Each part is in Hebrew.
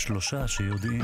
שלושה שיודעים.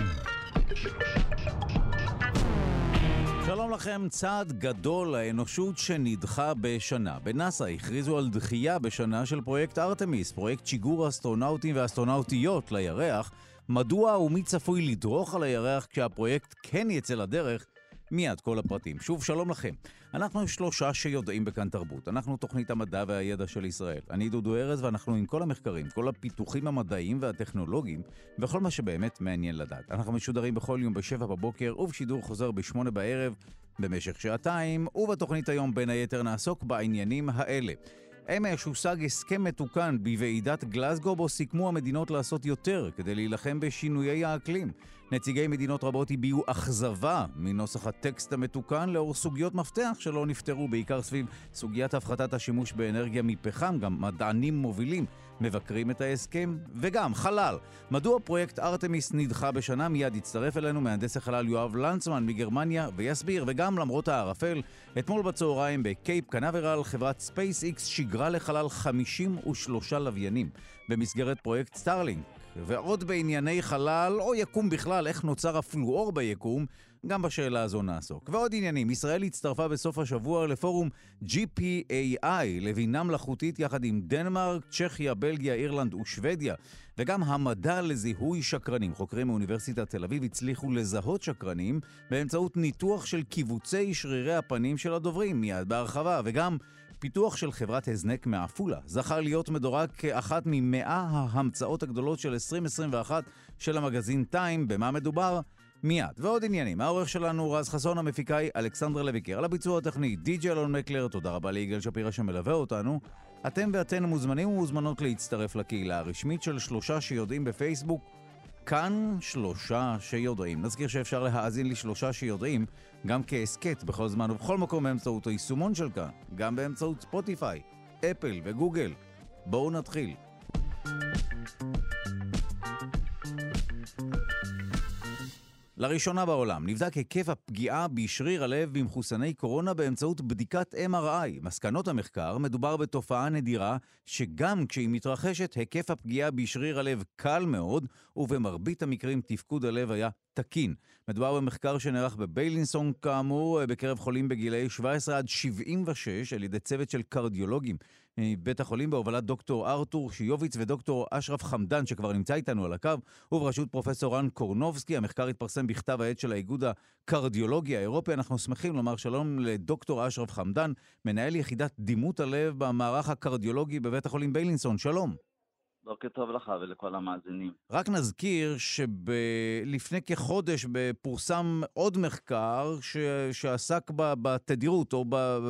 שלום לכם. צעד גדול לאנושות שנדחה בשנה. בנאס"א הכריזו על דחייה בשנה של פרויקט ארתמיס, פרויקט שיגור אסטרונאוטים ואסטרונאוטיות לירח. מדוע ומי צפוי לדרוך על הירח כשהפרויקט כן יצא לדרך? מיד כל הפרטים. שוב שלום לכם. אנחנו שלושה שיודעים בכאן תרבות. אנחנו תוכנית המדע והידע של ישראל. אני דודו ארז ואנחנו עם כל המחקרים, כל הפיתוחים המדעיים והטכנולוגיים וכל מה שבאמת מעניין לדעת. אנחנו משודרים בכל יום ב7 בבוקר ובשידור חוזר ב8 בערב במשך שעתיים, ובתוכנית היום בין היתר נעסוק בעניינים האלה. אמש הושג הסכם מתוקן בוועידת גלזגו בו סיכמו המדינות לעשות יותר כדי להילחם בשינויי האקלים. נציגי מדינות רבות הביעו אכזבה מנוסח הטקסט המתוקן לאור סוגיות מפתח שלא נפתרו, בעיקר סביב סוגיית הפחתת השימוש באנרגיה מפחם. גם מדענים מובילים מבקרים את ההסכם. וגם חלל. מדוע פרויקט ארתמיס נדחה בשנה? מיד יצטרף אלינו מהנדס החלל יואב לנצמן מגרמניה ויסביר. וגם למרות הערפל, אתמול בצהריים בקייפ קנברל חברת SpaceX שיגרה לחלל 53 לוויינים במסגרת פרויקט סטארלינק. ועוד בענייני חלל או יקום בכלל, איך נוצר הפלואור ביקום, גם בשאלה הזו נעסוק. ועוד עניינים, ישראל הצטרפה בסוף השבוע לפורום GPAI לבינה מלאכותית יחד עם דנמרק, צ'כיה, בלגיה, אירלנד ושוודיה. וגם המדע לזיהוי שקרנים. חוקרים מאוניברסיטת תל אביב הצליחו לזהות שקרנים באמצעות ניתוח של קיבוצי שרירי הפנים של הדוברים, מיד בהרחבה. וגם פיתוח של חברת הזנק מעפולה זכה להיות מדורג כאחת מ100 ההמצאות הגדולות של 2021 של המגזין טיים. במה מדובר? מיד. ועוד עניינים. העורך שלנו רז חסון, המפיקאי אלכסנדר לויקר, על הביצוע הטכני די.ג'י אלון מקלר. תודה רבה ליגאל שפירא שמלווה אותנו. אתם ואתן מוזמנים ומוזמנות להצטרף לקהילה הרשמית של שלושה שיודעים בפייסבוק, כאן שלושה שיודעים. נזכיר שאפשר להאזין לשלושה שיודעים גם כעסקט בכל זמן ובכל מקום באמצעות היישומון של כאן, גם באמצעות ספוטיפיי, אפל וגוגל. בואו נתחיל. לראשונה בעולם נבדק היקף הפגיעה בשריר הלב במחוסני קורונה באמצעות בדיקת MRI. מסקנות המחקר: מדובר בתופעה נדירה שגם כשהיא מתרחשת היקף הפגיעה בשריר הלב קל מאוד, ובמרבית המקרים תפקוד הלב היה תקין. מדובר במחקר שנערך בביילינסון כאמור בקרב חולים בגילאי 17 עד 76 על ידי צוות של קרדיולוגים בית החולים בהובלת דוקטור ארתור שיוביץ ודוקטור אשרף חמדן שכבר נמצא איתנו על הקו, ובראשות פרופסור רן קורנובסקי. המחקר התפרסם בכתב העת של האיגוד הקרדיולוגי האירופי. אנחנו שמחים לומר שלום לדוקטור אשרף חמדן, מנהל יחידת דימות הלב במערך הקרדיולוגי בבית החולים ביילינסון. שלום. בוקר טוב לך ולכל המאזינים. רק נזכיר שלפני כחודש פורסם עוד מחקר שעסק בתדירות או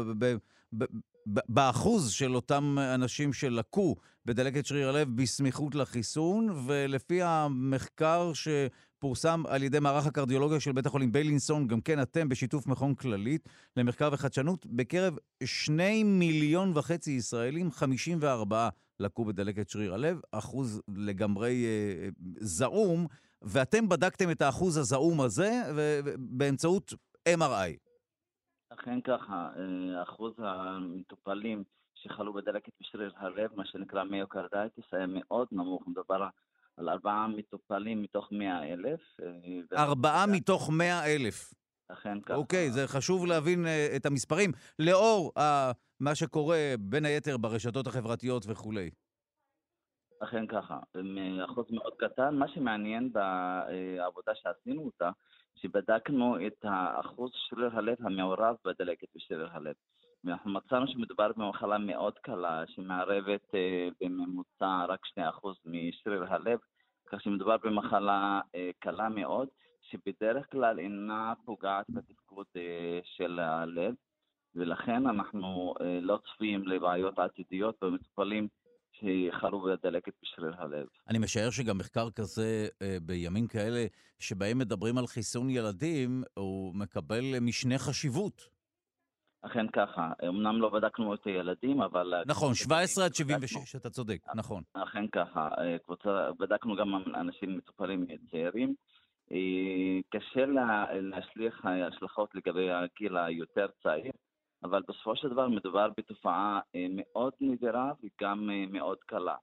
באחוז של אותם אנשים שלקו בדלקת שריר הלב בסמיכות לחיסון, ולפי המחקר שפורסם על ידי מערך הקרדיולוגיה של בית החולים ביילינסון, גם כן אתם בשיתוף מכון כללית למחקר וחדשנות, בקרב 2.5 מיליון ישראלים, 54 לקו בדלקת שריר הלב, אחוז לגמרי זעום, ואתם בדקתם את האחוז הזעום הזה באמצעות MRI. אכן ככה, אחוז המטופלים שחלו בדלקת בשריר הלב, מה שנקרא מיוקרדיטיס, היה מאוד נמוך. מדובר על 4 מטופלים מתוך 100,000. 4 מתוך 100,000. אכן ככה. אוקיי, זה חשוב להבין את המספרים, לאור מה שקורה בין היתר ברשתות החברתיות וכולי. אכן ככה, אחוז מאוד קטן. מה שמעניין בעבודה שעשינו אותה, שבדקנו את האחוז שריר הלב המעורב בדלקת בשריר הלב. ואנחנו מצאנו שמדובר במחלה מאוד קלה, שמערבת בממוצע רק 2% משריר הלב, כך שמדובר במחלה קלה מאוד, שבדרך כלל אינה פוגעת בתפקוד של הלב, ולכן אנחנו לא צפויים לבעיות עתידיות במטופלים שחלו בדלקת בשריר הלב. אני משער שגם מחקר כזה בימים כאלה שבהם מדברים על חיסון ילדים, הוא מקבל משנה חשיבות. אכן ככה, אמנם לא בדקנו את הילדים, אבל... נכון, 17 עד 76, אתה צודק, נכון. אכן ככה, בדקנו גם אנשים מטופלים צעירים. קשה להשליך השלכות לגבי הגיל היותר צעיר, אבל בסופו של דבר מדובר בתופעה מאוד נדירה וגם מאוד קלה.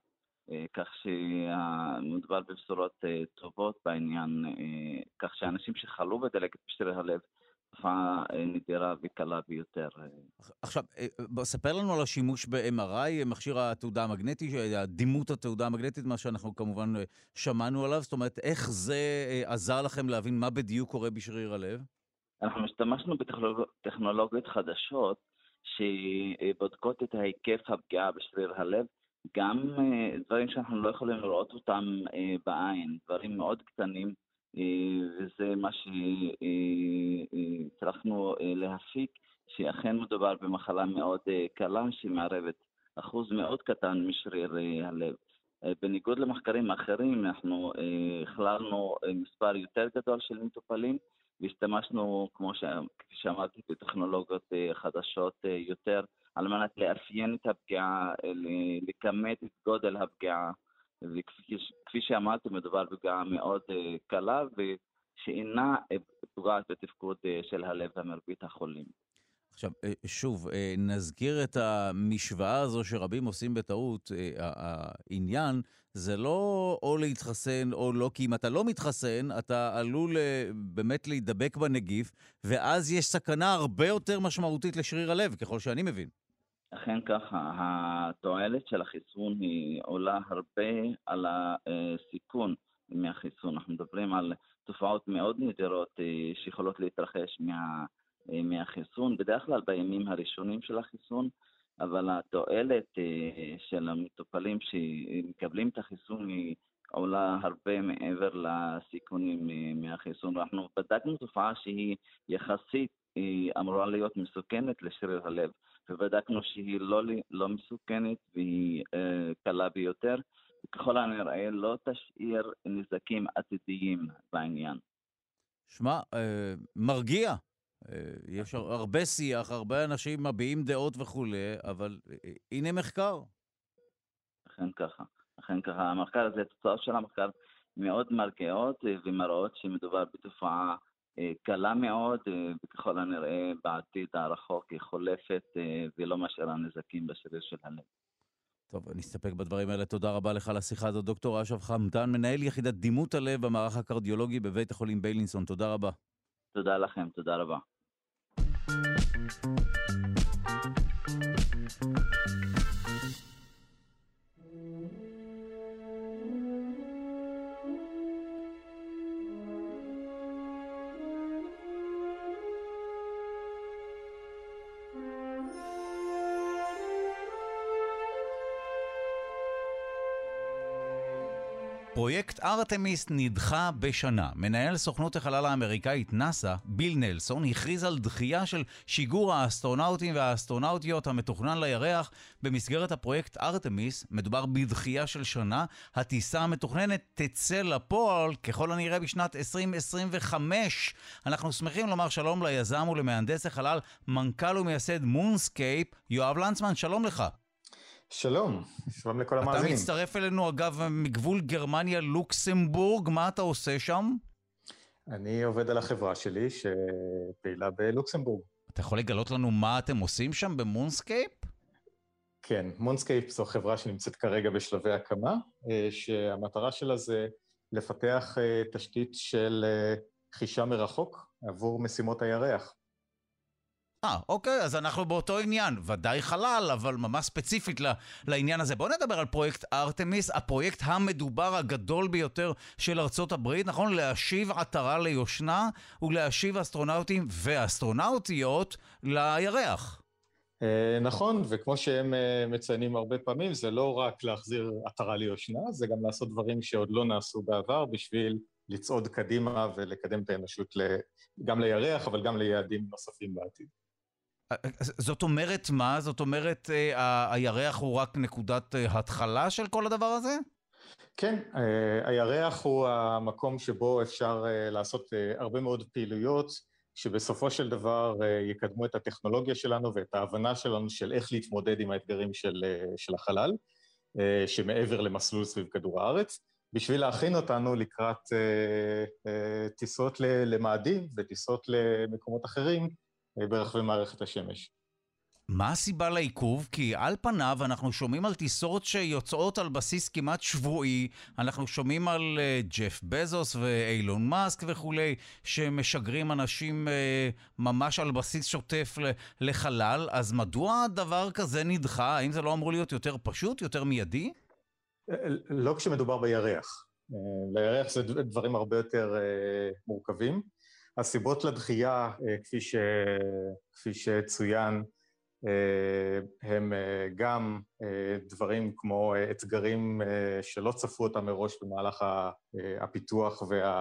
כך שמדובר בבשורות טובות בעניין, כך שאנשים שחלו בדלקת בשריר הלב, תופעה נדירה וקלה ביותר. עכשיו, בוא, ספר לנו על השימוש ב-MRI, מכשיר התעודה המגנטית, דימות התעודה המגנטית, מה שאנחנו כמובן שמענו עליו. זאת אומרת, איך זה עזר לכם להבין מה בדיוק קורה בשריר הלב? אנחנו השתמשנו בטכנולוגיות חדשות שבודקות את היקף הפגיעה בשריר הלב, גם דברים שאנחנו לא יכולים לראות אותם בעין, דברים מאוד קטנים, וזה מה שצריכנו להפיק, שאכן מדובר במחלה מאוד קלה שמערבת אחוז מאוד קטן משריר הלב. בניגוד למחקרים אחרים, אנחנו הכללנו מספר יותר גדול של מטופלים, והשתמשנו, כפי שאמרתי, בטכנולוגיות חדשות יותר, על מנת לאפיין את הפגיעה, לכמת את גודל הפגיעה, וכפי שאמרתי, מדובר בפגיעה מאוד קלה, ושאינה פוגעת בתפקוד של הלב במרבית החולים. עכשיו, שוב, נזכיר את המשוואה הזו שרבים עושים בטעות. העניין זה לא או להתחסן או לא, כי אם אתה לא מתחסן, אתה עלול באמת להידבק בנגיף, ואז יש סכנה הרבה יותר משמעותית לשריר הלב, ככל שאני מבין. אכן ככה, התועלת של החיסון היא עולה הרבה על הסיכון מהחיסון. אנחנו מדברים על תופעות מאוד נדירות שיכולות להתרחש מהחיסון, בדרך כלל בימים הראשונים של החיסון, אבל התועלת של המטופלים שמקבלים את החיסון היא עולה הרבה מעבר לסיכונים מהחיסון. ואנחנו בדקנו תופעה שהיא יחסית אמורה להיות מסוכנת לשריר הלב, ובדקנו שהיא לא מסוכנת והיא קלה ביותר, וככל הנראה לא תשאיר נזקים עתידיים בעניין. שמע, מרגיע. יש הרבה שיח, הרבה אנשים מביעים דעות וכו', אבל הנה מחקר. אכן ככה. המחקר הזה, התוצאות של המחקר מאוד מרגיעות ומראות שמדובר בתופעה קלה מאוד, וככל הנראה בעתיד הרחוק היא חולפת ולא משאירה נזקים בשריר של הלב. טוב, נסתפק בדברים האלה. תודה רבה לך על השיחה הזאת, דוקטור אשרף חמדאן, מנהל יחידת דימות הלב במערך הקרדיולוגי בבית החולים ביילינסון. תודה רבה. תודה לכם, תודה רבה. פרויקט ארתמיס נדחה בשנה. מנהל סוכנות החלל האמריקאית נאסא, ביל נלסון, הכריז על דחייה של שיגור האסטרונאוטים והאסטרונאוטיות המתוכנן לירח במסגרת הפרויקט ארתמיס. מדובר בדחייה של שנה. הטיסה המתוכננת תצא לפועל ככל הנראה בשנת 2025. אנחנו שמחים לומר שלום ליזם ולמהנדס החלל, מנכ"ל ומייסד מונסקייפ, יואב לנצמן. שלום לך. שלום לכל המאזינים. אתה מצטרף אלינו אגב מגבול גרמניה לוקסמבורג, מה אתה עושה שם? אני עובד על החברה שלי שפעילה בלוקסמבורג. אתה יכול לגלות לנו מה אתם עושים שם במונסקייפ? כן, מונסקייפ זו חברה שנמצאת כרגע בשלבי הקמה, שהמטרה שלה זה לפתח תשתית של חישה מרחוק עבור משימות הירח. אוקיי, אז אנחנו באותו עניין, ודאי חלל, אבל ממש ספציפית לעניין הזה. בואו נדבר על פרויקט ארתמיס, הפרויקט המדובר הגדול ביותר של ארצות הברית, נכון? להשיב עטרה ליושנה ולהשיב אסטרונאוטים ואסטרונאוטיות לירח. נכון, וכמו שהם מציינים הרבה פעמים, זה לא רק להחזיר עטרה ליושנה, זה גם לעשות דברים שעוד לא נעשו בעבר בשביל לצעוד קדימה ולקדם את האנושות גם לירח, אבל גם ליעדים נוספים בעתיד. זאת אומרת מה? זאת אומרת הירח הוא רק נקודת התחלה של כל הדבר הזה? כן, הירח הוא המקום שבו אפשר לעשות הרבה מאוד פעילויות, שבסופו של דבר יקדמו את הטכנולוגיה שלנו ואת ההבנה שלנו של איך להתמודד עם האתגרים של החלל, שמעבר למסלול סביב כדור הארץ, בשביל להכין אותנו לקראת טיסות למאדים וטיסות למקומות אחרים, ברחבי מערכת השמש. מה הסיבה לעיכוב? כי על פניו אנחנו שומעים על טיסות שיוצאות על בסיס כמעט שבועי, אנחנו שומעים על ג'ף בזוס ואילון מאסק וכולי, שמשגרים אנשים ממש על בסיס שוטף לחלל, אז מדוע דבר כזה נדחה? האם זה לא אמור להיות יותר פשוט, יותר מיידי? לא כשמדובר בירח. לירח זה דברים הרבה יותר מורכבים. הסיבות לדחייה, כפי שצוין, הם גם דברים כמו אתגרים שלא צפו אותם מראש במהלך הפיתוח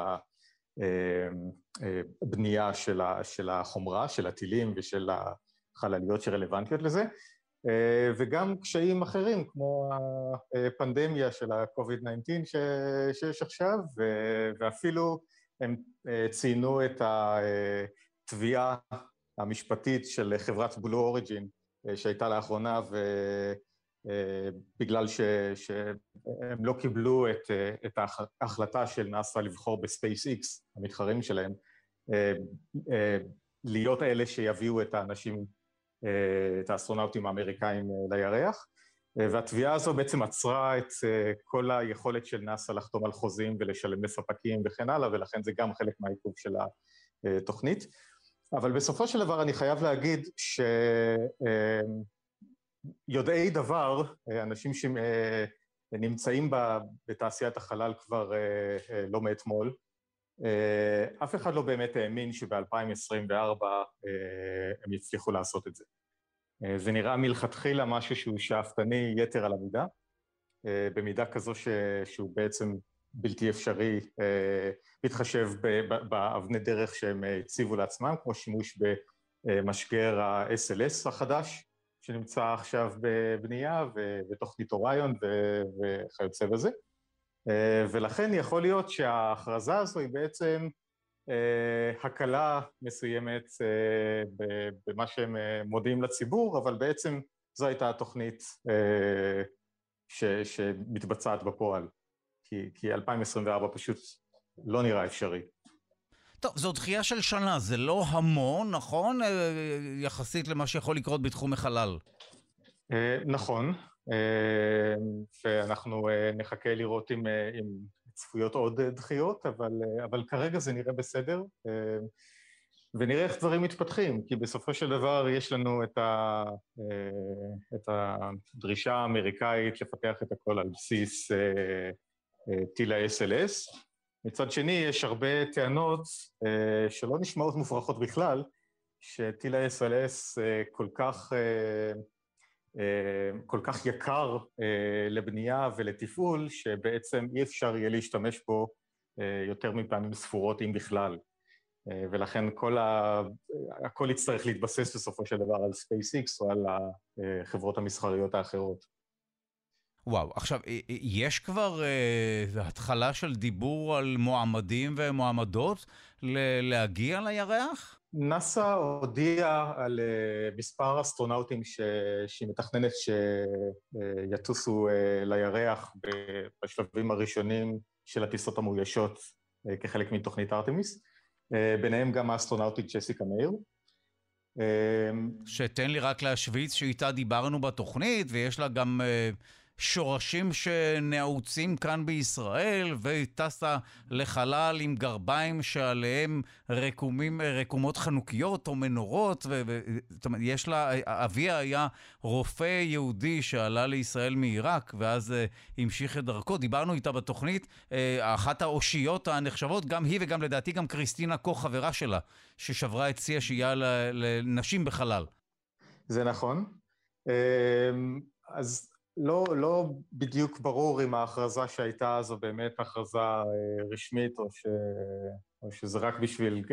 והבנייה של החומרה, של הטילים ושל החלליות שרלוונטיות לזה, וגם קשיים אחרים כמו הפנדמיה של ה-COVID-19 שיש עכשיו, ואפילו הם ציינו את התביעה המשפטית של חברת בלו אוריג'ין שהייתה לאחרונה, ובגלל שהם לא קיבלו את ההחלטה של נאס"א לבחור בספייס-X, המתחרים שלהם, להיות אלה שיביאו את האנשים, את האסטרונאוטים האמריקאים לירח, והתביעה הזו בעצם עצרה את כל היכולת של נאס"א לחתום על חוזים ולשלם לספקים וכן הלאה, ולכן זה גם חלק מהעיכוב של התוכנית. אבל בסופו של דבר אני חייב להגיד שיודעי דבר, אנשים שנמצאים בתעשיית החלל כבר לא מאתמול, אף אחד לא באמת האמין שב-2024 הם יצליחו לעשות את זה. זה נראה מלכתחילה משהו שהוא שאפתני יתר על המידה, במידה כזו שהוא בעצם בלתי אפשרי, מתחשב באבני דרך שהם הציבו לעצמם, כמו שימוש במשגר ה-SLS החדש, שנמצא עכשיו בבנייה, ותוכנית אוריון וכיוצא בזה. ולכן יכול להיות שההכרזה הזו היא בעצם הקלה מסוימת במה שהם מודיעים לציבור, אבל בעצם זו הייתה התוכנית שמתבצעת בפועל. כי 2024 פשוט לא נראה אפשרי. טוב, זו דחייה של שנה, זה לא המון, נכון? יחסית למה שיכול לקרות בתחום החלל. נכון, ואנחנו נחכה לראות אם צפויות עוד דחיות, אבל כרגע זה נראה בסדר, ונראה איך דברים מתפתחים, כי בסופו של דבר יש לנו את הדרישה האמריקאית לפתח את הכל על בסיס טיל ה-SLS. מצד שני, יש הרבה טענות שלא נשמעות מופרכות בכלל, שטיל ה-SLS כל כך יקר לבנייה ולתפעול, שבעצם אי אפשר יהיה להשתמש בו יותר מפעמים ספורות, אם בכלל. ולכן הכל יצטרך להתבסס בסופו של דבר על SpaceX או על החברות המסחריות האחרות. וואו, עכשיו, יש כבר התחלה של דיבור על מועמדים ומועמדות להגיע לירח? נאס"א הודיעה על מספר אסטרונאוטים שהיא מתכננת שיטוסו לירח בשלבים הראשונים של הטיסות המאוישות כחלק מתוכנית ארטמיס, ביניהם גם האסטרונאוטית ג'סיקה מאיר. שתן לי רק להשוויץ שאיתה דיברנו בתוכנית, ויש לה גם שורשים שנעוצים כאן בישראל, וטסה לחלל עם גרביים שעליהם רקומות חנוכיות או מנורות, זאת אומרת, יש לה, אביה היה רופא יהודי שעלה לישראל מעיראק, ואז המשיך את דרכו. דיברנו איתה בתוכנית, אחת האושיות הנחשבות, גם היא וגם לדעתי גם קריסטינה קוך, חברה שלה, ששברה את שיא השהייה לנשים בחלל. זה נכון. אז לא בדיוק ברור אם ההכרזה שהייתה זו באמת הכרזה רשמית, או שזה רק בשביל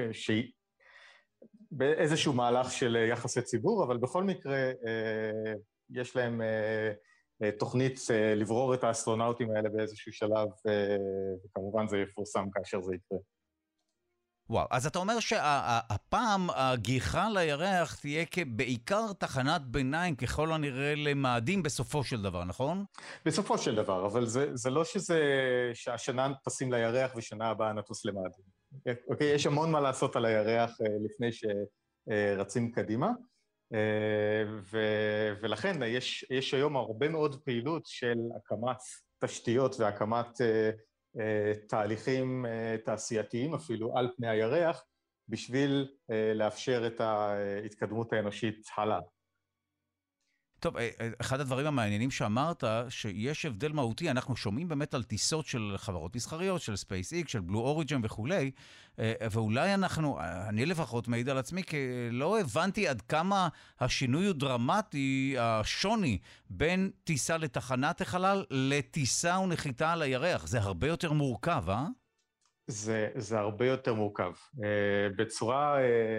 באיזשהו מהלך של יחסי ציבור, אבל בכל מקרה יש להם תוכנית לברור את האסטרונאוטים האלה באיזשהו שלב, וכמובן זה יפורסם כאשר זה יקרה. וואו, אז אתה אומר שהפעם הגיחה לירח תהיה בעיקר תחנת ביניים ככל הנראה למאדים בסופו של דבר, נכון? בסופו של דבר, אבל זה לא שהשנה טסים לירח ושנה הבאה נטוס למאדים. אוקיי, יש המון מה לעשות על הירח לפני שרצים קדימה, ולכן יש היום הרבה מאוד פעילות של הקמת תשתיות והקמת תהליכים תעשייתיים אפילו על פני הירח, בשביל לאפשר את ההתקדמות האנושית הלאה. טוב, אחד הדברים המעניינים שאמרת, שיש הבדל מהותי, אנחנו שומעים באמת על טיסות של חברות מסחריות, של SpaceX, של Blue Origin וכולי, ואולי אני לפחות מעיד על עצמי, כי לא הבנתי עד כמה השינוי הוא דרמטי, השוני בין טיסה לתחנת החלל, לטיסה ונחיתה על הירח. זה הרבה יותר מורכב, אה? זה הרבה יותר מורכב. בצורה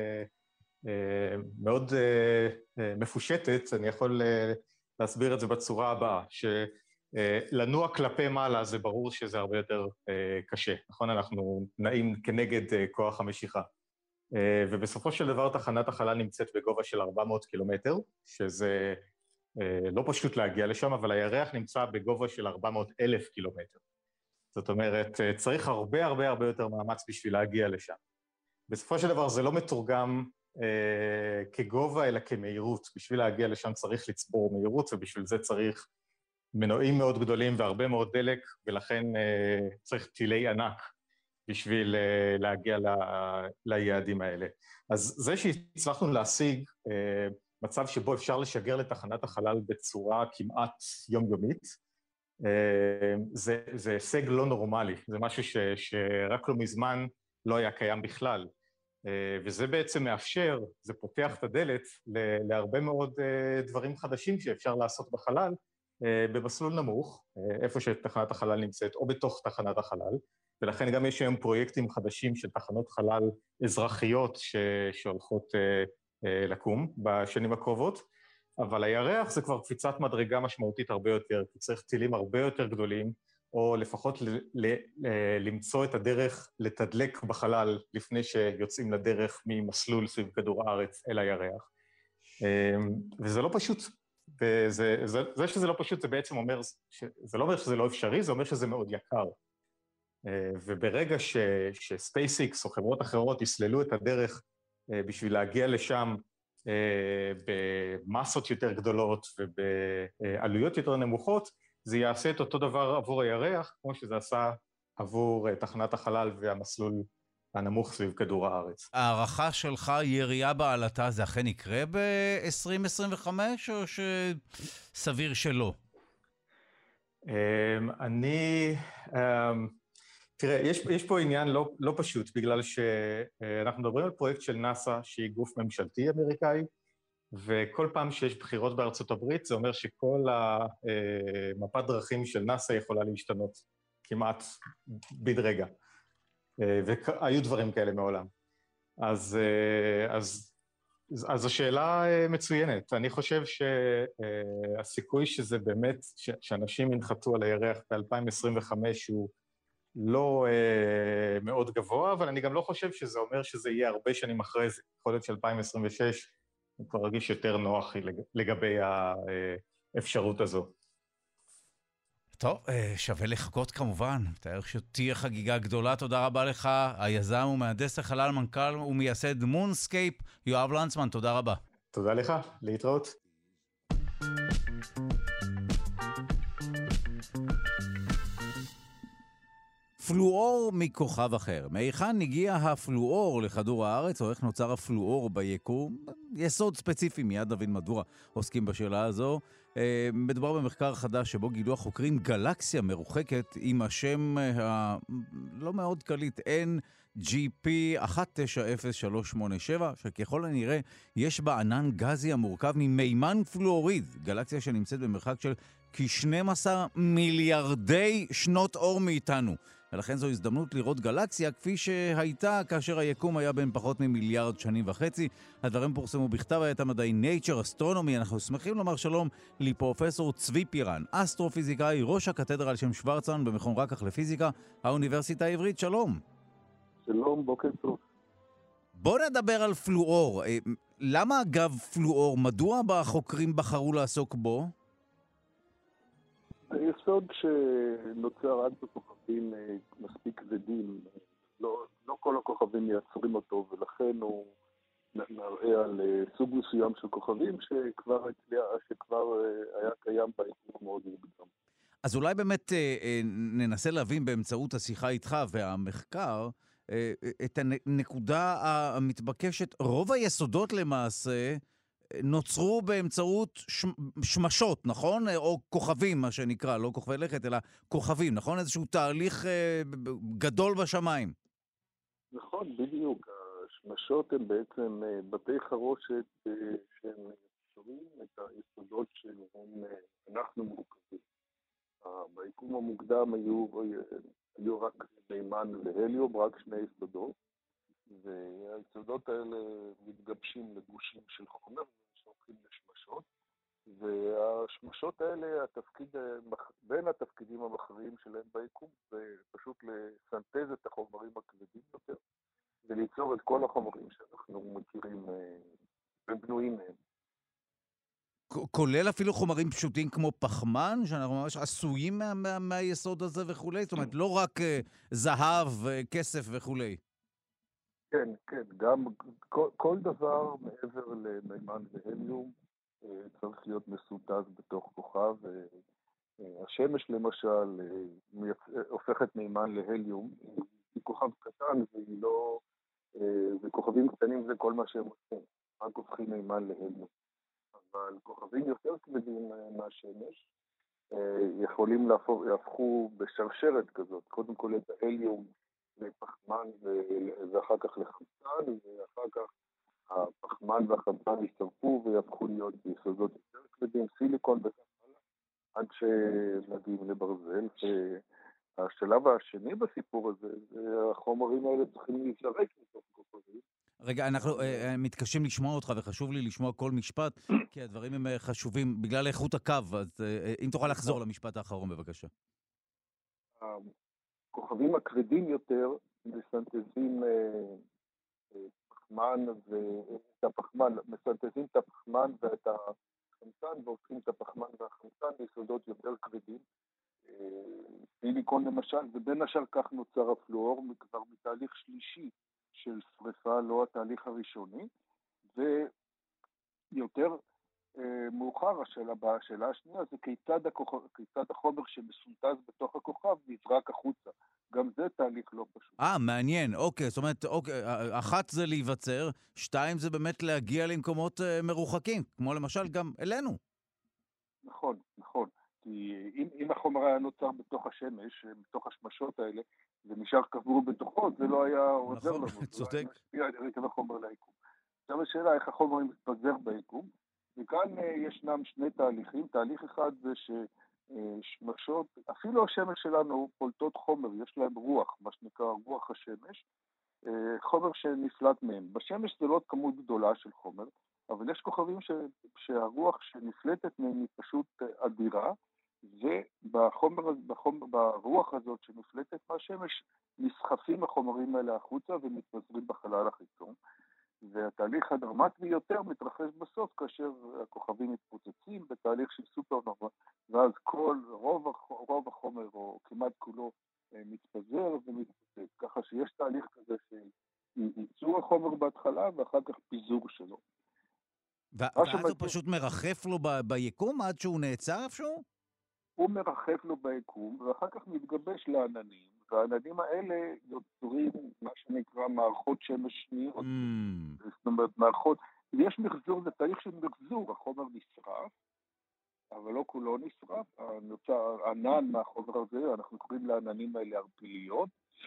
מאוד מפושטת, אני יכול להסביר את זה בצורה הבאה, שלנוע כלפי מעלה זה ברור שזה הרבה יותר קשה, נכון? אנחנו נעים כנגד כוח המשיכה. ובסופו של דבר תחנת החלל נמצאת בגובה של 400 קילומטר, שזה לא פשוט להגיע לשם, אבל הירח נמצא בגובה של 400,000 קילומטר. זאת אומרת, צריך הרבה הרבה הרבה יותר מאמץ בשביל להגיע לשם. בסופו של דבר זה לא מתורגם כגובה אלא כמהירות. בשביל להגיע לשם צריך לצבור מהירות, ובשביל זה צריך מנועים מאוד גדולים והרבה מאוד דלק, ולכן צריך טילי ענק בשביל להגיע ליעדים האלה. אז זה שהצלחנו להשיג מצב שבו אפשר לשגר לתחנת החלל בצורה כמעט יומיומית, זה הישג לא נורמלי, זה משהו שרק לא מזמן לא היה קיים בכלל. וזה בעצם מאפשר, זה פותח את הדלת להרבה מאוד דברים חדשים שאפשר לעשות בחלל, במסלול נמוך, איפה שתחנת החלל נמצאת, או בתוך תחנת החלל, ולכן גם יש היום פרויקטים חדשים של תחנות חלל אזרחיות שהולכות לקום בשנים הקרובות, אבל הירח זה כבר קפיצת מדרגה משמעותית הרבה יותר, כי צריך טילים הרבה יותר גדולים, או לפחות למצוא את הדרך לתדלק בחלל לפני שיוצאים לדרך ממסלול סביב כדור הארץ אל הירח. וזה לא פשוט. וזה שזה לא פשוט, זה בעצם אומר, זה לא אומר שזה לא אפשרי, זה אומר שזה מאוד יקר. וברגע שספייסיקס או חברות אחרות יסללו את הדרך בשביל להגיע לשם במסות יותר גדולות ובעלויות יותר נמוכות, זה יעשה את אותו דבר עבור הירח, כמו שזה עשה עבור תחנת החלל והמסלול הנמוך סביב כדור הארץ. הערכה שלך, ירייה בעלתה, זה אכן יקרה ב-2025, או שסביר שלא? תראה, יש פה עניין לא פשוט, בגלל שאנחנו מדברים על פרויקט של נאסא, שהיא גוף ממשלתי אמריקאי, וכל פעם שיש בחירות בארצות הברית, זה אומר שכל המפת דרכים של נאסא יכולה להשתנות כמעט בדרגע. והיו דברים כאלה מעולם. אז השאלה מצוינת. אני חושב שהסיכוי שזה באמת, שאנשים ינחתו על הירח ב-2025 הוא לא מאוד גבוה, אבל אני גם לא חושב שזה אומר שזה יהיה הרבה שנים אחרי זה. יכול להיות ש-2026 הוא כבר רגיש יותר נוח לגבי האפשרות הזו. טוב, שווה לחכות כמובן. מתאר שתהיה חגיגה גדולה. תודה רבה לך, היזם ומהנדס החלל, מנכ"ל ומייסד מונסקייפ, יואב לנצמן. תודה רבה. תודה לך, להתראות. פלואור מכוכב אחר. מהיכן הגיע הפלואור לכדור הארץ, או איך נוצר הפלואור ביקום? יסוד ספציפי, מיד נבין מדוע עוסקים בשאלה הזו. מדובר במחקר חדש שבו גילו החוקרים גלקסיה מרוחקת עם השם הלא מאוד קליט NGP 190387, שככל הנראה יש בה ענן גזי המורכב ממימן פלואוריד, גלקסיה שנמצאת במרחק של כ-12 מיליארדי שנות אור מאיתנו. ולכן זו הזדמנות לראות גלקסיה כפי שהייתה כאשר היקום היה בין פחות ממיליארד שנים וחצי. הדברים פורסמו בכתב העת המדעי Nature Astronomy. אנחנו שמחים לומר שלום לפרופסור צבי פירן, אסטרופיזיקאי, ראש הקתדרה על שם שוורצמן במכון רקח לפיזיקה, האוניברסיטה העברית. שלום. שלום, בוקר טוב. בוא נדבר על פלואור. למה אגב פלואור? מדוע החוקרים בחרו לעסוק בו? היסוד שנוצר עד בכוכבים מספיק כבדים, לא כל הכוכבים מייצרים אותו, ולכן הוא מראה על סוג מסוים של כוכבים שכבר היה קיים ביקום המאוד מוקדם. אז אולי באמת ננסה להבין באמצעות השיחה איתך והמחקר את הנקודה המתבקשת. רוב היסודות למעשה נוצרו באמצעות שמשות, נכון? או כוכבים, מה שנקרא, לא כוכבי לכת, אלא כוכבים, נכון? איזשהו תהליך גדול בשמיים. נכון, בדיוק. השמשות הן בעצם בתי חרושת שהם יוצרים את היסודות שלהם אנחנו מורכבים. ביקום המוקדם היו רק מימן והליום, רק שני יסודות, והיסודות האלה מתגבשים לגושים של חומר ושהופכים לשמשות, והשמשות האלה, בין התפקידים המכריעים שלהם ביקום, זה פשוט לסנטז את החומרים הכבדים יותר, וליצור את כל החומרים שאנחנו מכירים ובנויים מהם. כולל אפילו חומרים פשוטים כמו פחמן, שאנחנו ממש עשויים מהיסוד הזה וכו'? זאת אומרת, לא רק זהב, כסף וכו'. כן, כן. גם כל דבר מעבר למימן והליום צריך להיות מסונתז בתוך כוכב. השמש למשל הופכת מימן להליום. היא כוכב קטן וכוכבים קטנים זה כל מה שהם עושים. רק הופכים מימן להליום. אבל כוכבים יותר כבדים מהשמש יכולים להפכו בשרשרת כזאת, קודם כל את ההליום לפחמן ואחר כך לחמצן, ואחר כך הפחמן והחמצן יצטרפו ויהפכו להיות יסודות יותר כבדים, סיליקון וכך הלאה, עד שמגיעים לברזל. השלב השני בסיפור הזה, החומרים האלה צריכים להיזרק מתוך כוכבים. רגע, אנחנו מתקשים לשמוע אותך, וחשוב לי לשמוע כל משפט, כי הדברים הם חשובים בגלל איכות הקו, אז אם תוכל לחזור למשפט האחרון, בבקשה. הכוכבים הכבדים יותר מסנטזים מסנטזים את הפחמן ואת החמצן, והופכים את הפחמן והחמצן ליסודות יותר כבדים. סיליקון למשל, ובין השאר כך נוצר הפלואור, כבר מתהליך שלישי של שריפה, לא התהליך הראשוני, ויותר מאוחר השאלה השנייה זה כיצד החומר שמסונטז בתוך הכוכב נזרק החוצה. גם זה תהליך לא פשוט. מעניין, אוקיי, זאת אומרת, אחת זה להיווצר, שתיים זה באמת להגיע למקומות מרוחקים, כמו למשל גם אלינו. נכון, נכון. כי אם החומר היה נוצר בתוך השמש, בתוך השמשות האלה, זה נשאר קבור בתוכו, זה לא היה עוזר לנו. נכון, צודק. זה היה משפיע על החומר ליקום. עכשיו השאלה איך החומר מתפזר ביקום, וכאן ישנם שני תהליכים. תהליך אחד זה ששמשות, אפילו השמש שלנו פולטות חומר, יש להם רוח, מה שנקרא רוח השמש, חומר שנפלט מהם. בשמש זה לא כמות גדולה של חומר, אבל יש כוכבים שהרוח שנפלטת מהם היא פשוט אדירה, ברוח הזאת שנפלטת מהשמש נסחפים החומרים האלה החוצה ומתפזרים בחלל החיצון. והתהליך הדרמטי יותר מתרחש בסוף כאשר הכוכבים מתפוצצים בתהליך של סופרנובה, ואז רוב החומר או כמעט כולו מתפזר ומתפוצץ. ככה שיש תהליך כזה של ייצור החומר בהתחלה ואחר כך פיזור שלו. ואז הוא פשוט מרחף לו ביקום עד שהוא נעצר איפשהו? הוא מרחף לו ביקום, ואחר כך מתגבש לעננים, והעננים האלה יוצרים מה שנקרא מערכות שמש שניות. זאת אומרת, יש מחזור, זה תהליך של מחזור, החומר נשרף, אבל לא כולו נשרף, נוצר ענן מהחומר הזה, אנחנו קוראים לעננים האלה ערפיליות.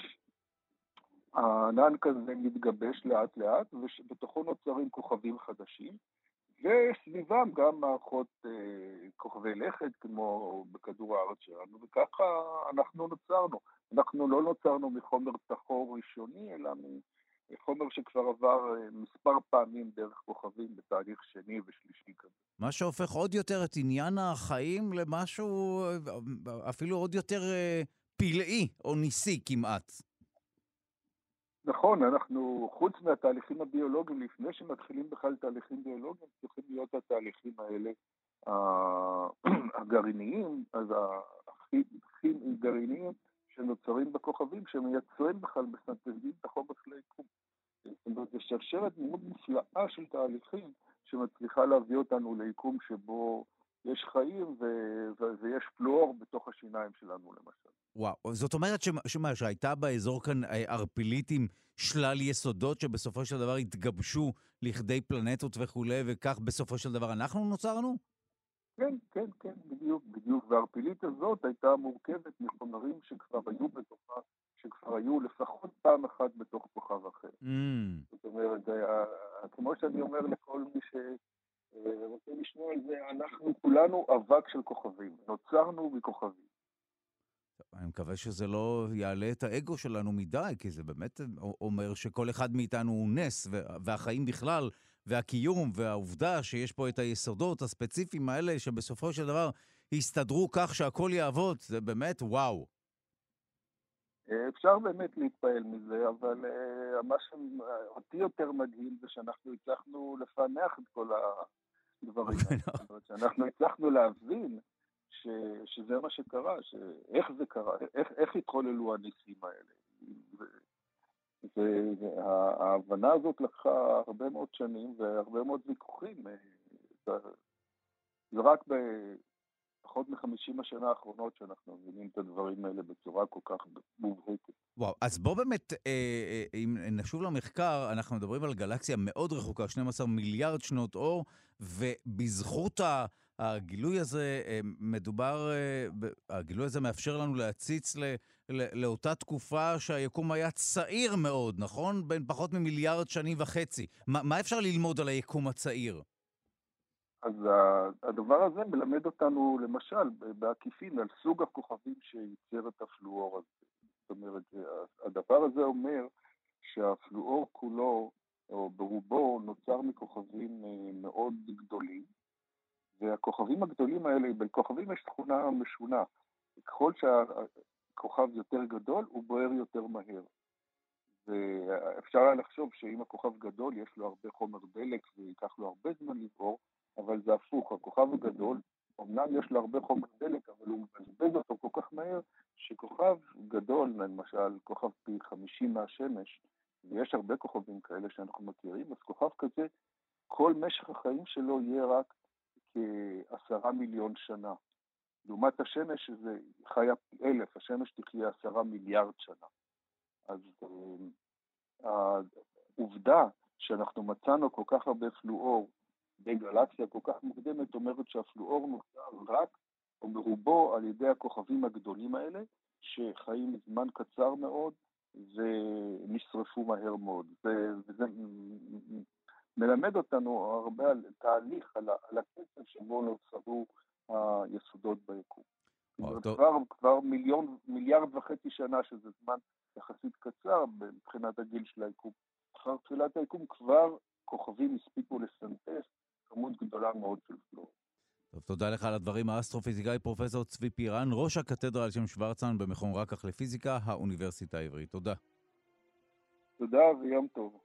הענן כזה מתגבש לאט לאט, ובתוכו נוצרים כוכבים חדשים, וסביבם גם מערכות כוכבי לכת, כמו בכדור הארץ שלנו, וככה אנחנו נוצרנו. אנחנו לא נוצרנו מחומר טהור ראשוני, אלא מחומר שכבר עבר מספר פעמים דרך כוכבים בתהליך שני ושלישי כזה. מה שהופך עוד יותר את עניין החיים למשהו אפילו עוד יותר פלאי או ניסי כמעט. נכון, אנחנו, חוץ מהתהליכים הביולוגיים, לפני שמתחילים בכלל תהליכים ביולוגיים, צריכים להיות התהליכים האלה הגרעיניים, אז הכימיים גרעיניים שנוצרים בכוכבים, שמייצרים בכלל בסנטזים את החומר של היקום. זאת אומרת, זה שרשרת מאוד מופלאה של תהליכים שמצליחה להביא אותנו ליקום שבו יש חיים ויש פלואור בתוך השיניים שלנו למשל. וואו, זאת אומרת שהייתה באזור כאן ערפילית עם שלל יסודות שבסופו של דבר התגבשו לכדי פלנטות וכו', וכך בסופו של דבר אנחנו נוצרנו? כן, כן, כן, בדיוק. והערפילית הזאת הייתה מורכבת מחומרים שכבר היו בתוכה, שכבר היו לפחות פעם אחת בתוך כוכב אחר. זאת אומרת, כמו שאני אומר לכל מי שרוצה לשמוע על זה, אנחנו כולנו אבק של כוכבים, נוצרנו מכוכבים. אני מקווה שזה לא יעלה את האגו שלנו מדי, כי זה באמת אומר שכל אחד מאיתנו הוא נס, והחיים בכלל, והקיום, והעובדה שיש פה את היסודות הספציפיים האלה, שבסופו של דבר הסתדרו כך שהכל יעבוד, זה באמת וואו. אפשר באמת להתפעל מזה, אבל מה שאותי יותר מדהים זה שאנחנו הצלחנו לפענח את כל הדברים האלה. זאת אומרת, שאנחנו הצלחנו להבין שזה מה שקרה, איך זה קרה, איך התחוללו הניסים האלה. וההבנה הזאת לקחה הרבה מאוד שנים והרבה מאוד ויכוחים. זה רק פחות מ-50 השנה האחרונות שאנחנו מבינים את הדברים האלה בצורה כל כך מובהקת. וואו, אז בוא באמת, אם נשוב למחקר, אנחנו מדברים על גלקסיה מאוד רחוקה, 12 מיליארד שנות אור, ובזכות הגילוי הזה הגילוי הזה מאפשר לנו להציץ לאותה תקופה שהיקום היה צעיר מאוד, נכון? בין פחות ממיליארד שנים וחצי. מה אפשר ללמוד על היקום הצעיר? אז הדבר הזה מלמד אותנו, למשל, בעקיפין, על סוג הכוכבים שייצר את הפלואור הזה. זאת אומרת, הדבר הזה אומר שהפלואור כולו, או ברובו, נוצר מכוכבים מאוד גדולים, והכוכבים הגדולים האלה, בכוכבים יש תכונה משונה. ככל שהכוכב יותר גדול, הוא בוער יותר מהר. ואפשר לחשוב שאם הכוכב גדול, יש לו הרבה חומר דלק, ויקח לו הרבה זמן לבעור, אבל זה הפוך. הכוכב הגדול, אמנם יש לו הרבה חומר דלק, אבל הוא מבזבז אותו כל כך מהר, שכוכב גדול, למשל, כוכב פי 50 מהשמש, ויש הרבה כוכבים כאלה שאנחנו מכירים, אז כוכב כזה, כל משך החיים שלו יהיה רק כ10 מיליון שנה. לעומת השמש, שזה חיה פי 1,000, השמש תחיה 10 מיליארד שנה. אז העובדה שאנחנו מצאנו כל כך הרבה פלואור בגלקסיה כל כך מוקדמת, אומרת שהפלואור נוצר רק או ברובו על ידי הכוכבים הגדולים האלה, שחיים זמן קצר מאוד ונשרפו מהר מאוד. וזה מלמד אותנו הרבה על תהליך, על הקצב שבו נוצרו היסודות ביקום. כבר מיליארד וחצי שנה, שזה זמן יחסית קצר מבחינת הגיל של היקום. אחר תחילת היקום כבר כוכבים הספיקו לסנטס כמות גדולה מאוד של פלואור. טוב, תודה לך על הדברים. האסטרופיזיקאי פרופסור צבי פירן, ראש הקתדרה על שם שוורצמן במכון רקח לפיזיקה, האוניברסיטה העברית. תודה. תודה ויום טוב.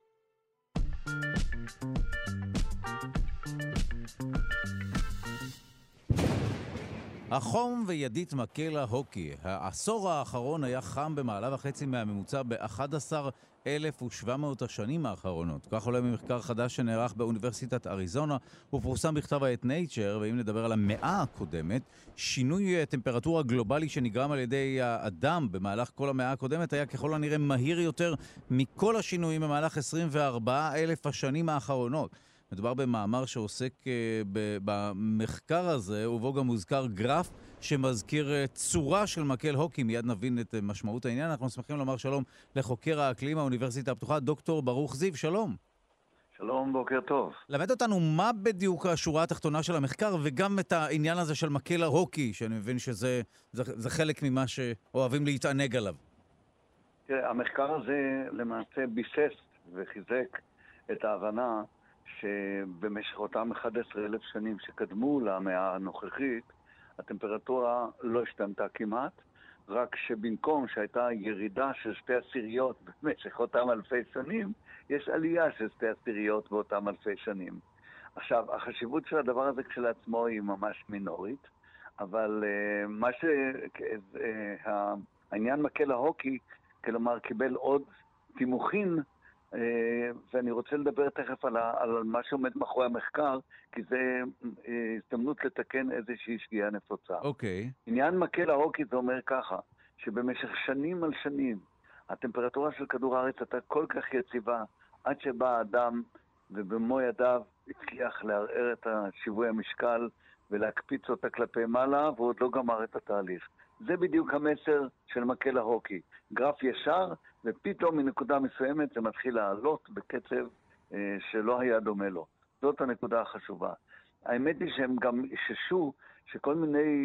החום וידית מקל ההוקי. העשור האחרון היה חם במעלה וחצי מהממוצע ב-11,700 השנים האחרונות. כך עולה ממחקר חדש שנערך באוניברסיטת אריזונה, ופורסם בכתב העת Nature, ואם נדבר על המאה הקודמת, שינוי טמפרטורה גלובלי שנגרם על ידי האדם במהלך כל המאה הקודמת היה ככל הנראה מהיר יותר מכל השינויים במהלך 24,000 השנים האחרונות. מדובר במאמר שעוסק במחקר הזה, ובו גם מוזכר גרף שמזכיר צורה של מקל הוקי. מיד נבין את משמעות העניין. אנחנו שמחים לומר שלום לחוקר האקלים האוניברסיטה הפתוחה, דוקטור ברוך זיו. שלום. שלום, בוקר טוב. למד אותנו מה בדיוק השורה התחתונה של המחקר, וגם את העניין הזה של מקל ההוקי, שאני מבין שזה חלק ממה שאוהבים להתענג עליו. תראה, המחקר הזה למעשה ביסס וחיזק את ההבנה שבמשך אותם 11,000 שנים שקדמו למאה הנוכחית, הטמפרטורה לא השתנתה כמעט, רק שבמקום שהייתה ירידה של 0.2 במשך אותם אלפי שנים, יש עלייה של 0.2 באותם אלפי שנים. עכשיו, החשיבות של הדבר הזה כשלעצמו היא ממש מינורית, אבל העניין מקל ההוקי, כלומר, קיבל עוד תימוכין ואני רוצה לדבר תכף על מה שעומד מאחורי המחקר, כי זה הזדמנות לתקן איזושהי שגיאה נפוצה. אוקיי. עניין מקל ההוקי זה אומר ככה, שבמשך שנים על שנים, הטמפרטורה של כדור הארץ הייתה כל כך יציבה, עד שבא האדם ובמו ידיו הצליח לערער את שיווי המשקל ולהקפיץ אותה כלפי מעלה, והוא עוד לא גמר את התהליך. זה בדיוק המסר של מקל ההוקי. גרף ישר, ופתאום מנקודה מסוימת זה מתחיל לעלות בקצב שלא היה דומה לו. זאת הנקודה החשובה. האמת היא שהם גם איששו שכל מיני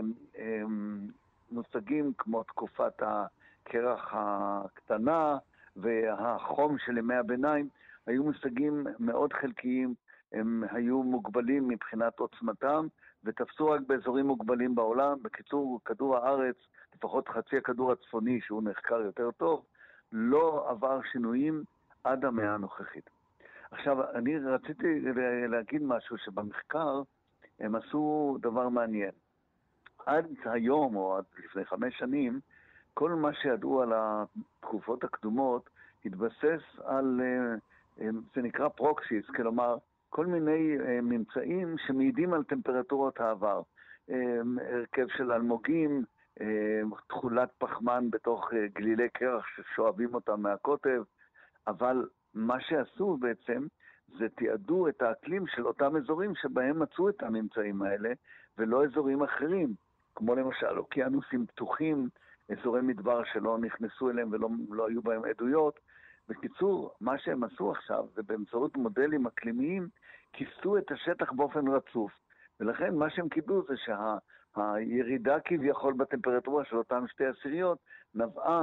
מושגים כמו תקופת הקרח הקטנה והחום של ימי הביניים היו מושגים מאוד חלקיים, הם היו מוגבלים מבחינת עוצמתם ותפסו רק באזורים מוגבלים בעולם. בקיצור, כדור הארץ, לפחות חצי הכדור הצפוני שהוא נחקר יותר טוב, לא עבר שינויים עד המאה הנוכחית. עכשיו, אני רציתי להגיד משהו שבמחקר הם עשו דבר מעניין. עד היום, או עד לפני 5 שנים, כל מה שידעו על התקופות הקדומות התבסס על, זה נקרא פרוקסיס, כלומר, כל מיני ממצאים שמעידים על טמפרטורות העבר. הרכב של אלמוגים, תכולת פחמן בתוך גלילי קרח ששואבים אותם מהקוטב, אבל מה שעשו בעצם זה תיעדו את האקלים של אותם אזורים שבהם מצאו את הממצאים האלה, ולא אזורים אחרים, כמו למשל אוקיינוסים פתוחים, אזורי מדבר שלא נכנסו אליהם ולא היו בהם עדויות. בקיצור, מה שהם עשו עכשיו זה באמצעות מודלים אקלימיים, כיסו את השטח באופן רצוף, ולכן מה שהם קיבלו זה שהירידה כביכול בטמפרטורה של אותם 2 עשיריות נבעה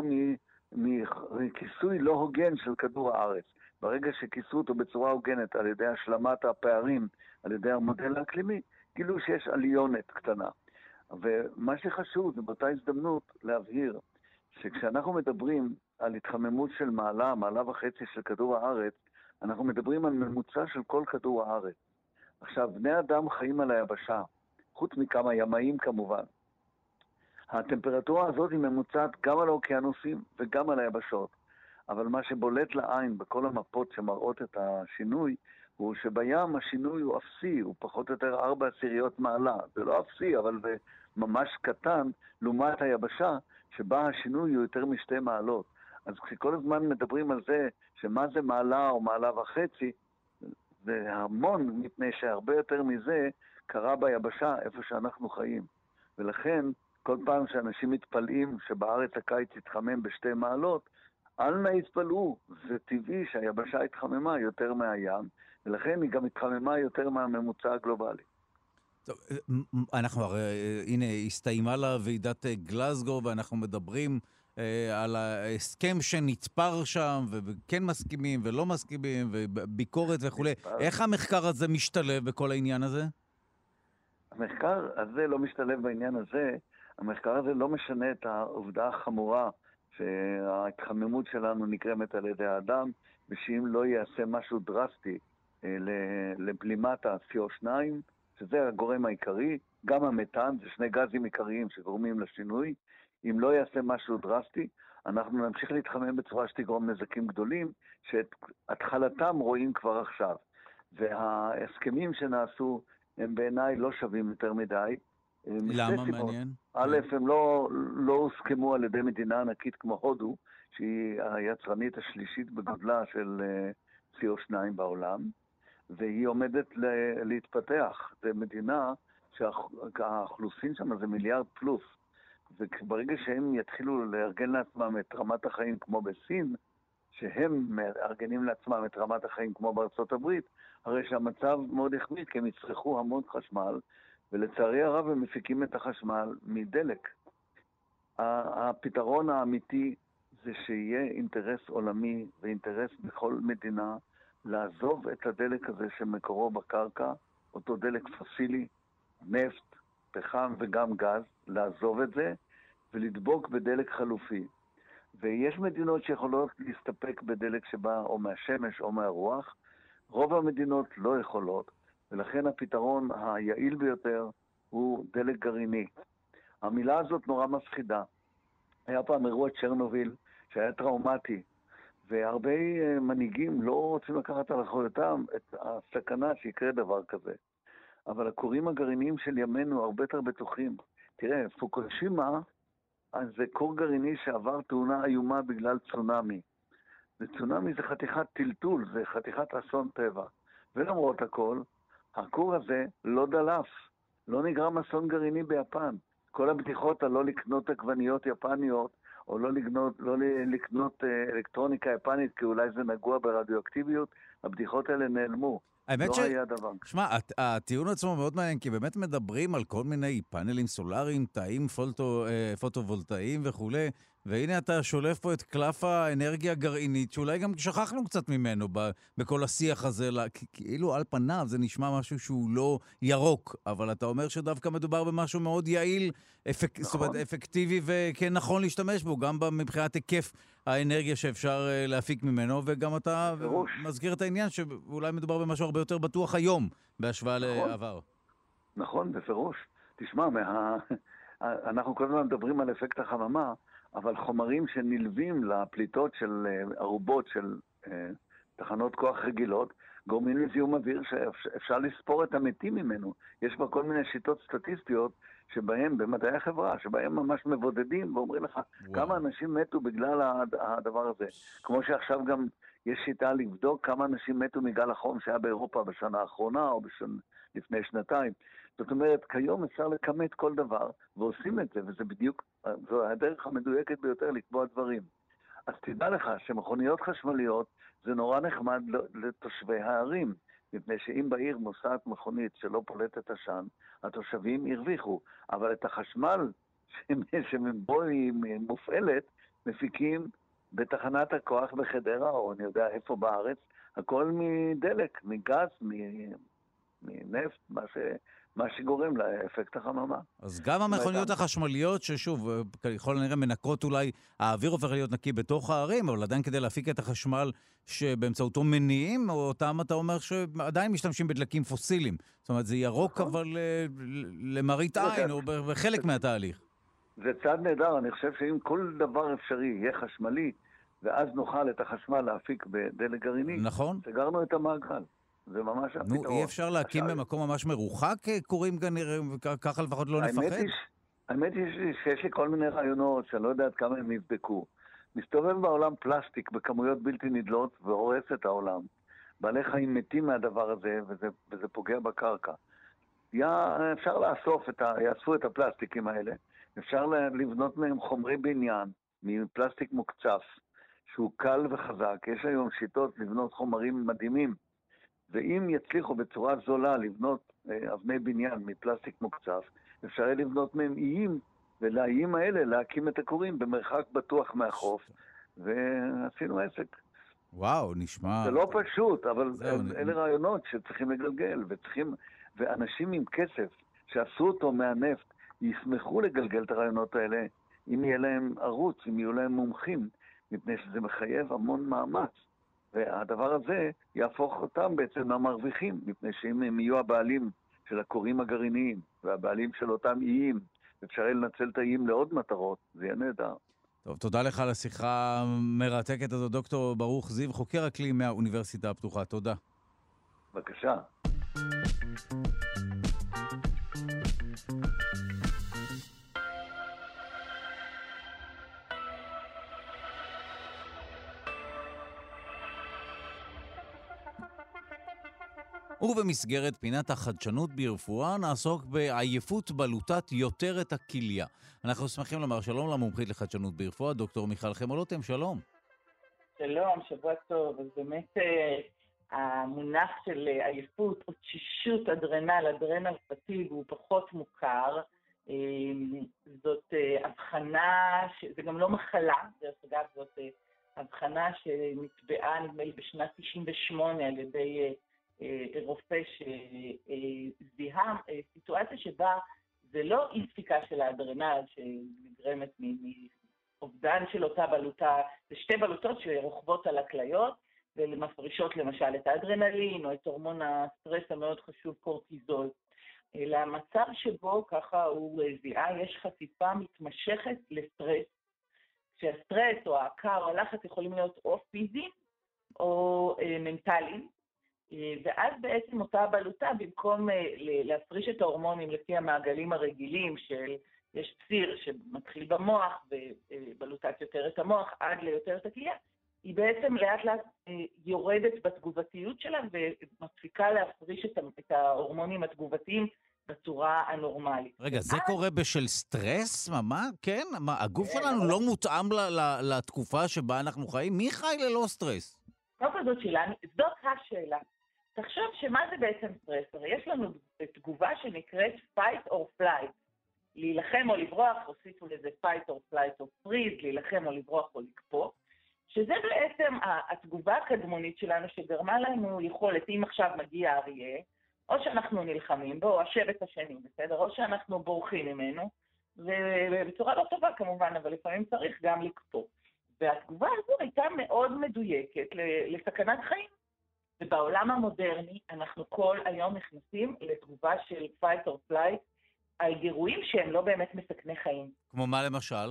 מכיסוי לא הוגן של כדור הארץ. ברגע שכיסו אותו בצורה הוגנת על ידי השלמת הפערים, על ידי המודל האקלימי, גילו שיש עליונת קטנה. ומה שחשוב זה באותה הזדמנות להבהיר שכשאנחנו מדברים על התחממות של מעלה, מעלה וחצי של כדור הארץ, אנחנו מדברים על ממוצע של כל כדור הארץ. עכשיו, בני אדם חיים על היבשה, חוץ מכמה ימאים כמובן. הטמפרטורה הזאת היא ממוצעת גם על האוקיינוסים וגם על היבשות. אבל מה שבולט לעין בכל המפות שמראות את השינוי, הוא שבים השינוי הוא אפסי, הוא פחות או יותר 4 עשיריות מעלה. זה לא אפסי, אבל זה ממש קטן לעומת היבשה, שבה השינוי הוא יותר מ2 מעלות. אז כשכל הזמן מדברים על זה, שמה זה מעלה או מעלה וחצי, זה המון, מפני שהרבה יותר מזה קרה ביבשה איפה שאנחנו חיים. ולכן, כל פעם שאנשים מתפלאים שבארץ הקיץ יתחמם ב2 מעלות, אל נא יתפלאו, זה טבעי שהיבשה התחממה יותר מהים, ולכן היא גם התחממה יותר מהממוצע הגלובלי. טוב, אנחנו הרי, הנה, הסתיימה לה ועידת גלזגו, ואנחנו מדברים על ההסכם שנתפר שם, וכן מסכימים ולא מסכימים, וביקורת וכו'. איך המחקר הזה משתלב בכל העניין הזה? המחקר הזה לא משתלב בעניין הזה. המחקר הזה לא משנה את העובדה החמורה שההתחממות שלנו נגרמת על ידי האדם, ושאם לא יעשה משהו דרסטי לבלימת ה-CO2, שזה הגורם העיקרי, גם המתאן, זה 2 גזים עיקריים שגורמים לשינוי, אם לא יעשה משהו דרסטי, אנחנו נמשיך להתחמם בצורה שתגרום נזקים גדולים, שאת התחלתם רואים כבר עכשיו. וההסכמים שנעשו הם בעיניי לא שווים יותר מדי. למה מעניין? א', הם לא הוסכמו על ידי מדינה ענקית כמו הודו, שהיא היצרנית השלישית בגודלה של CO2 בעולם, והיא עומדת להתפתח. זו מדינה שהאכלוסין שם זה 1 מיליארד פלוס. וברגע שהם יתחילו לארגן לעצמם את רמת החיים כמו בסין, שהם מארגנים לעצמם את רמת החיים כמו בארצות הברית, הרי שהמצב מאוד החמיר, כי הם יצרכו המון חשמל, ולצערי הרב הם מפיקים את החשמל מדלק. הפתרון האמיתי זה שיהיה אינטרס עולמי ואינטרס בכל מדינה לעזוב את הדלק הזה שמקורו בקרקע, אותו דלק פסילי, נפט, פחם וגם גז, לעזוב את זה ולדבוק בדלק חלופי. ויש מדינות שיכולות להסתפק בדלק שבא או מהשמש או מהרוח, רוב המדינות לא יכולות, ולכן הפתרון היעיל ביותר הוא דלק גרעיני. המילה הזאת נורא מפחידה. היה פעם אירוע צ'רנוביל שהיה טראומטי, והרבה מנהיגים לא רוצים לקחת על אחריותם את הסכנה שיקרה דבר כזה. אבל הכורים הגרעיניים של ימינו הרבה יותר בטוחים. תראה, פוקושימה, אז זה כור גרעיני שעבר תאונה איומה בגלל צונאמי. וצונאמי זה חתיכת טלטול, זה חתיכת אסון טבע. ולמרות הכל, הכור הזה לא דלף. לא נגרם אסון גרעיני ביפן. כל הבדיחות על לא לקנות עגבניות יפניות, או לא לקנות אלקטרוניקה יפנית, כי אולי זה נגוע ברדיואקטיביות, הבדיחות האלה נעלמו. האמת לא היה דבר. שמע, הטיעון עצמו מאוד מעניין, כי באמת מדברים על כל מיני פאנלים סולאריים, תאים פוטו-וולטאיים וכו', והנה אתה שולף פה את קלף האנרגיה הגרעינית, שאולי גם שכחנו קצת ממנו בכל השיח הזה, כאילו על פניו זה נשמע משהו שהוא לא ירוק, אבל אתה אומר שדווקא מדובר במשהו מאוד יעיל, זאת אומרת, אפקטיבי וכן נכון להשתמש בו, גם מבחינת היקף האנרגיה שאפשר להפיק ממנו, וגם אתה מזכיר את העניין שאולי מדובר במשהו הרבה יותר בטוח היום, בהשוואה לעבר. נכון, בפירוש. תשמע, אנחנו כל הזמן מדברים על אפקט החממה, אבל חומרים שנלווים לפליטות של ערובות של תחנות כוח רגילות, גורמים לזיהום אוויר שאפשר לספור את המתים ממנו. יש בה כל מיני שיטות סטטיסטיות שבהם, במדעי החברה, שבהם ממש מבודדים ואומרים לך כמה אנשים מתו בגלל הדבר הזה. כמו שעכשיו גם יש שיטה לבדוק כמה אנשים מתו מגל החום שהיה באירופה בשנה האחרונה או לפני שנתיים. זאת אומרת, כיום אפשר לכמת כל דבר, ועושים את זה, וזה בדיוק, זו הדרך המדויקת ביותר לקבוע דברים. אז תדע לך שמכוניות חשמליות זה נורא נחמד לתושבי הערים, מפני שאם בעיר נוסעת מכונית שלא פולטת עשן, התושבים הרוויחו, אבל את החשמל שבו היא מופעלת, מפיקים בתחנת הכוח בחדרה, או אני יודע איפה בארץ, הכל מדלק, מגז, מנפט, מה שגורם לאפקט החממה. אז גם המכוניות החשמליות, ששוב, ככל הנראה מנקות אולי, האוויר הופך להיות נקי בתוך הערים, אבל עדיין כדי להפיק את החשמל שבאמצעותו מניעים, או אותם אתה אומר שעדיין משתמשים בדלקים פוסיליים. זאת אומרת, זה ירוק, אבל למראית עין, או בחלק מהתהליך. זה צעד נהדר, אני חושב שאם כל דבר אפשרי יהיה חשמלי, ואז נוכל את החשמל להפיק בדלק גרעיני, נכון. סגרנו את המעגל. זה ממש הפתרון. אי אפשר להקים במקום ממש מרוחק קוראים ככה לפחות לא נפחד? האמת היא שיש לי כל מיני רעיונות שאני לא יודע עד כמה הם יבדקו. מסתובב בעולם פלסטיק בכמויות בלתי נדלות והורס את העולם. בעלי חיים מתים מהדבר הזה וזה פוגע בקרקע. אפשר יאספו את הפלסטיקים האלה. אפשר לבנות מהם חומרי בניין מפלסטיק מוקצף שהוא קל וחזק. יש היום שיטות לבנות חומרים מדהימים. ואם יצליחו בצורה זולה לבנות אבני בניין מפלסטיק מוקצף, אפשר לבנות מהם איים, ולאיים האלה להקים את הכורים במרחק בטוח מהחוף, ועשינו עסק. וואו, נשמע... זה לא פשוט, אבל אלה רעיונות שצריכים לגלגל, ואנשים עם כסף שעשו אותו מהנפט, ישמחו לגלגל את הרעיונות האלה, אם יהיה להם ערוץ, אם יהיו להם מומחים, מפני שזה מחייב המון מאמץ. והדבר הזה יהפוך אותם בעצם למרוויחים, מפני שאם הם יהיו הבעלים של הכורים הגרעיניים, והבעלים של אותם איים, אפשר לנצל את האיים לעוד מטרות, זה יהיה נהדר. טוב, תודה לך על השיחה המרתקת הזו, דוקטור ברוך זיו, חוקר אקלים מהאוניברסיטה הפתוחה. תודה. בבקשה. ובמסגרת פינת החדשנות ברפואה נעסוק בעייפות בלוטת יותרת הכליה. אנחנו שמחים לומר שלום למומחית לחדשנות ברפואה, דוקטור מיכל חמולותם, שלום. שלום, שבוע טוב. אז באמת המונח של עייפות או תשישות אדרנל פטיג הוא פחות מוכר. זאת הבחנה, זה גם לא מחלה, דרך אגב, זאת הבחנה שנתבעה נדמה לי בשנת 98 על ידי רופא שזיהה סיטואציה שבה זה לא אי ספיקה של האדרנל שנגרמת מאובדן של אותה בלוטה, זה שתי בלוטות שרוכבות על הכליות ומפרישות למשל את האדרנלין או את הורמון הסטרס המאוד חשוב קורטיזול. למצב שבו ככה הוא זיהה יש חשיפה מתמשכת לסטרס, שהסטרס או ההקה או הלחץ יכולים להיות או פיזיים או מנטליים, ואז בעצם אותה בלוטה, במקום להפריש את ההורמונים לפי המעגלים הרגילים של יש ציר שמתחיל במוח ובלוטת יותר את המוח עד ליותר את הכליה, היא בעצם לאט לאט יורדת בתגובתיות שלה ומפסיקה להפריש את ההורמונים התגובתיים בצורה הנורמלית. רגע, זה קורה בשל סטרס? מה? כן? הגוף שלנו לא מותאם לתקופה שבה אנחנו חיים? מי חי ללא סטרס? זאת השאלה. תחשוב שמה זה בעצם סטרס? הרי יש לנו תגובה שנקראת fight or flight. להילחם או לברוח, הוסיפו לזה fight or flight or freeze, להילחם או לברוח או לקפוא, שזה בעצם התגובה הקדמונית שלנו שגרמה לנו יכולת, אם עכשיו מגיע אריה, או שאנחנו נלחמים בו, או השבט השני, בסדר? או שאנחנו בורחים ממנו, ובצורה לא טובה כמובן, אבל לפעמים צריך גם לקפוא. והתגובה הזו הייתה מאוד מדויקת לסכנת חיים. ובעולם המודרני אנחנו כל היום נכנסים לתגובה של fight or flight על גירויים שהם לא באמת מסכני חיים. כמו מה למשל?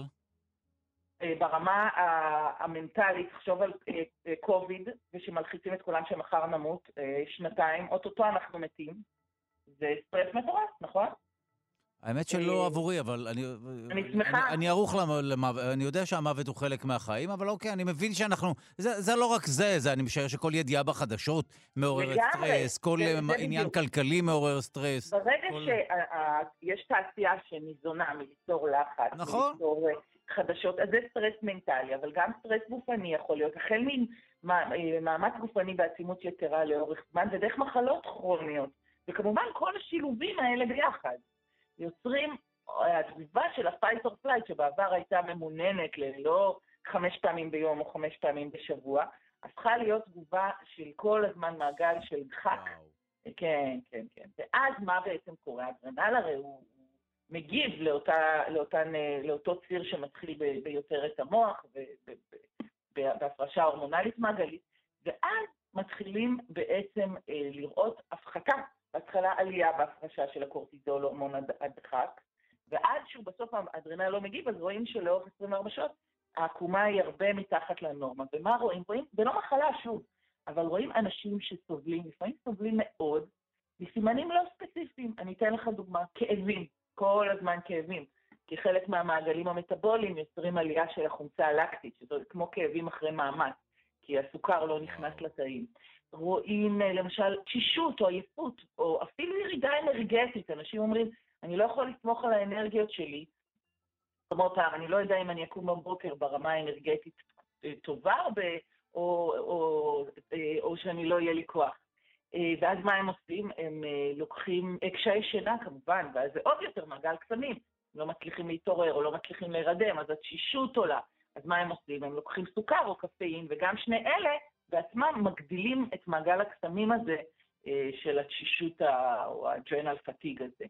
ברמה המנטלית, תחשוב על קוביד, ושמלחיצים את כולם שמחר נמות 2, אוטוטו אנחנו מתים. זה סטרס מטורף, נכון? האמת שלא עבורי, אבל אני שמחה. אני ערוך למוות, אני יודע שהמוות הוא חלק מהחיים, אבל אוקיי, אני מבין שאנחנו, זה לא רק זה, אני משער שכל ידיעה בחדשות מעוררת סטרס, כל עניין כלכלי מעורר סטרס. ברגע שיש תעשייה שניזונה מליצור לחץ, נכון. מליצור חדשות, אז זה סטרס מנטלי, אבל גם סטרס גופני יכול להיות, החל ממאמץ גופני בעצימות יתרה לאורך זמן, ודרך מחלות כרוניות, וכמובן כל השילובים האלה ביחד. יוצרים, התגובה של ה-fight or flight שבעבר הייתה ממוננת ללא 5 פעמים ביום או 5 פעמים בשבוע, הפכה להיות תגובה של כל הזמן מעגל של דחק. כן. ואז מה בעצם קורה? האדרנל הרי הוא מגיב לאותו ציר שמתחיל ביותר את המוח בהפרשה הורמונלית מעגלית, ואז מתחילים בעצם לראות הפחתה. בהתחלה עלייה בהפרשה של הקורטיזול, הורמון הדחק, ועד שהוא בסוף האדרנל לא מגיב, אז רואים שלאורך 24 שעות, העקומה היא הרבה מתחת לנורמה. ומה רואים? רואים, ולא מחלה שוב, אבל רואים אנשים שסובלים, לפעמים סובלים מאוד, בסימנים לא ספציפיים. אני אתן לך דוגמה, כאבים, כל הזמן כאבים, כי חלק מהמעגלים המטאבוליים יוצרים עלייה של החומצה הלקטית, שזה כמו כאבים אחרי מאמץ, כי הסוכר לא נכנס לתאים. רואים למשל תשישות או עייפות, או אפילו ירידה אנרגטית. אנשים אומרים, אני לא יכול לסמוך על האנרגיות שלי, כמו פעם, אני לא יודע אם אני אקום בבוקר ברמה האנרגטית טובה, או שאני לא יהיה לי כוח. ואז מה הם עושים? הם לוקחים קשיי שינה כמובן, ואז זה עוד יותר מעגל קסמים, לא מצליחים להתעורר או לא מצליחים להירדם, אז התשישות עולה. אז מה הם עושים? הם לוקחים סוכר או קפאין, וגם שני אלה, בעצמם מגדילים את מעגל הקסמים הזה של התשישות או האדרנל פטיג הזה.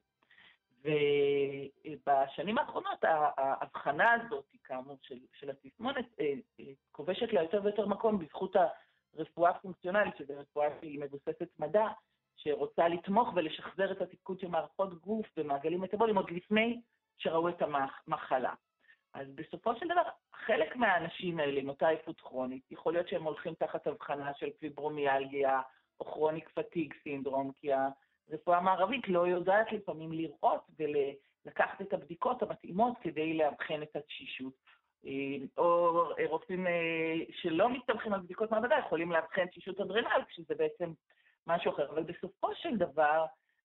ובשנים האחרונות ההבחנה הזאת, כאמור, של התסמונת, כובשת לה יותר ויותר מקום בזכות הרפואה הפונקציונלית, שזו רפואה שהיא מבוססת מדע, שרוצה לתמוך ולשחזר את התפקוד של מערכות גוף במעגלים מטאבוליים עוד לפני שראו את המחלה. אז בסופו של דבר, חלק מהאנשים האלה עם אותה עייפות כרונית, יכול להיות שהם הולכים תחת הבחנה של פיברומיאלגיה או כרוניק פטיג סינדרום, כי הרפואה המערבית לא יודעת לפעמים לראות ולקחת את הבדיקות המתאימות כדי להבחן את התשישות. או רופאים שלא מסתמכים על בדיקות מעבדה יכולים להבחן תשישות אדרנל, כשזה בעצם משהו אחר. אבל בסופו של דבר,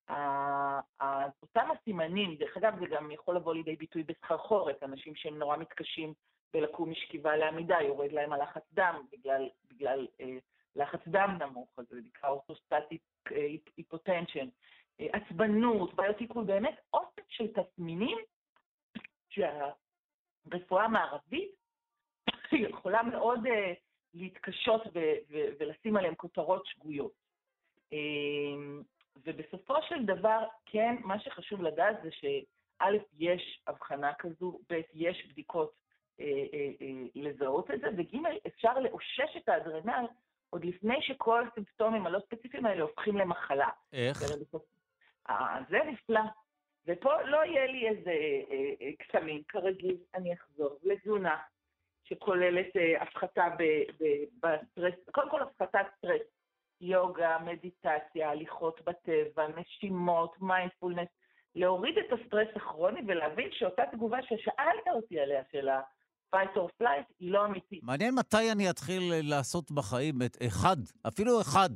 אותם הסימנים, דרך אגב זה גם יכול לבוא לידי ביטוי בסחרחורת, אנשים שהם נורא מתקשים בלקום משכיבה לעמידה, יורד להם הלחץ דם בגלל לחץ דם נמוך, אז זה נקרא אורתוסטטיק היפוטנשן, עצבנות, בעיות עיכול, באמת אוסף של תסמינים שהרפואה המערבית יכולה מאוד להתקשות ולשים עליהם כותרות שגויות. ובסופו של דבר, כן, מה שחשוב לדעת זה שא', יש הבחנה כזו, ב', יש בדיקות לזהות את זה, וג', אפשר לאושש את האדרנל עוד לפני שכל הסימפטומים הלא ספציפיים האלה הופכים למחלה. איך? זה נפלא. ופה לא יהיה לי איזה קסמים, כרגיל, אני אחזור לתזונה, שכוללת הפחתה בסטרס, קודם כל הפחתת סטרס, יוגה, מדיטציה, הליכות בטבע, נשימות, מיינדפולנס, להוריד את הסטרס הכרוני ולהבין שאותה תגובה ששאלת אותי עליה של ה-fight or flight היא לא אמיתית. מעניין מתי אני אתחיל לעשות בחיים את אחד, אפילו אחד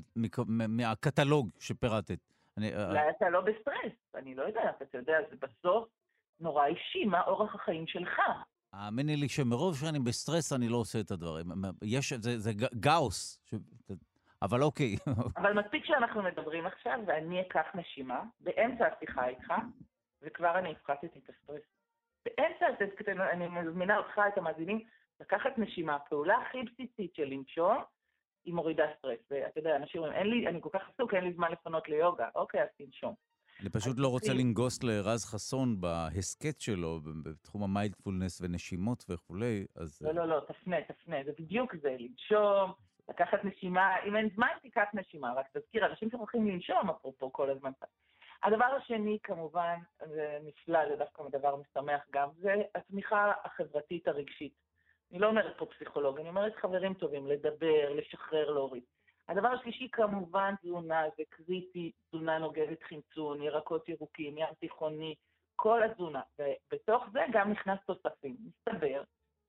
מהקטלוג שפירטת. אולי אתה לא בסטרס, אני לא יודעת, אתה יודע, זה בסוף נורא אישי, מה אורח החיים שלך? האמיני לי שמרוב שאני בסטרס אני לא עושה את הדברים. זה גאוס, אבל אוקיי. אבל מספיק שאנחנו מדברים עכשיו, ואני אקח נשימה, באמצע השיחה איתך, וכבר אני הפחתתי את הסטרס. באמצע, אני מזמינה אותך, את המאזינים, לקחת נשימה, הפעולה הכי בסיסית של לנשום, היא מורידה סטרס. ואתה יודע, אנשים אומרים, אני כל כך עסוק, אין לי זמן לפנות ליוגה. אוקיי, אז תנשום. אני פשוט לא רוצה לנגוס לרז חסון בהסקט שלו, בתחום המיינדפולנס ונשימות וכולי, אז... לא, תפנה, זה בדיוק זה, לנשום, לקחת נשימה, אם אין זמן תיקח נשימה, רק תזכיר, אנשים שוכחים לנשום, אפרופו כל הזמן. הדבר השני, כמובן, זה נפלא, זה דווקא דבר משמח גם, זה התמיכה החברתית הרגשית. אני לא אומרת פה פסיכולוג, אני אומרת חברים טובים, לדבר, לשחרר, להוריד. הדבר השלישי, כמובן, תזונה, זה קריטי, תזונה נוגדת חמצון, ירקות ירוקים, ים תיכוני, כל התזונה. ובתוך זה גם נכנס תוספים. מסתבר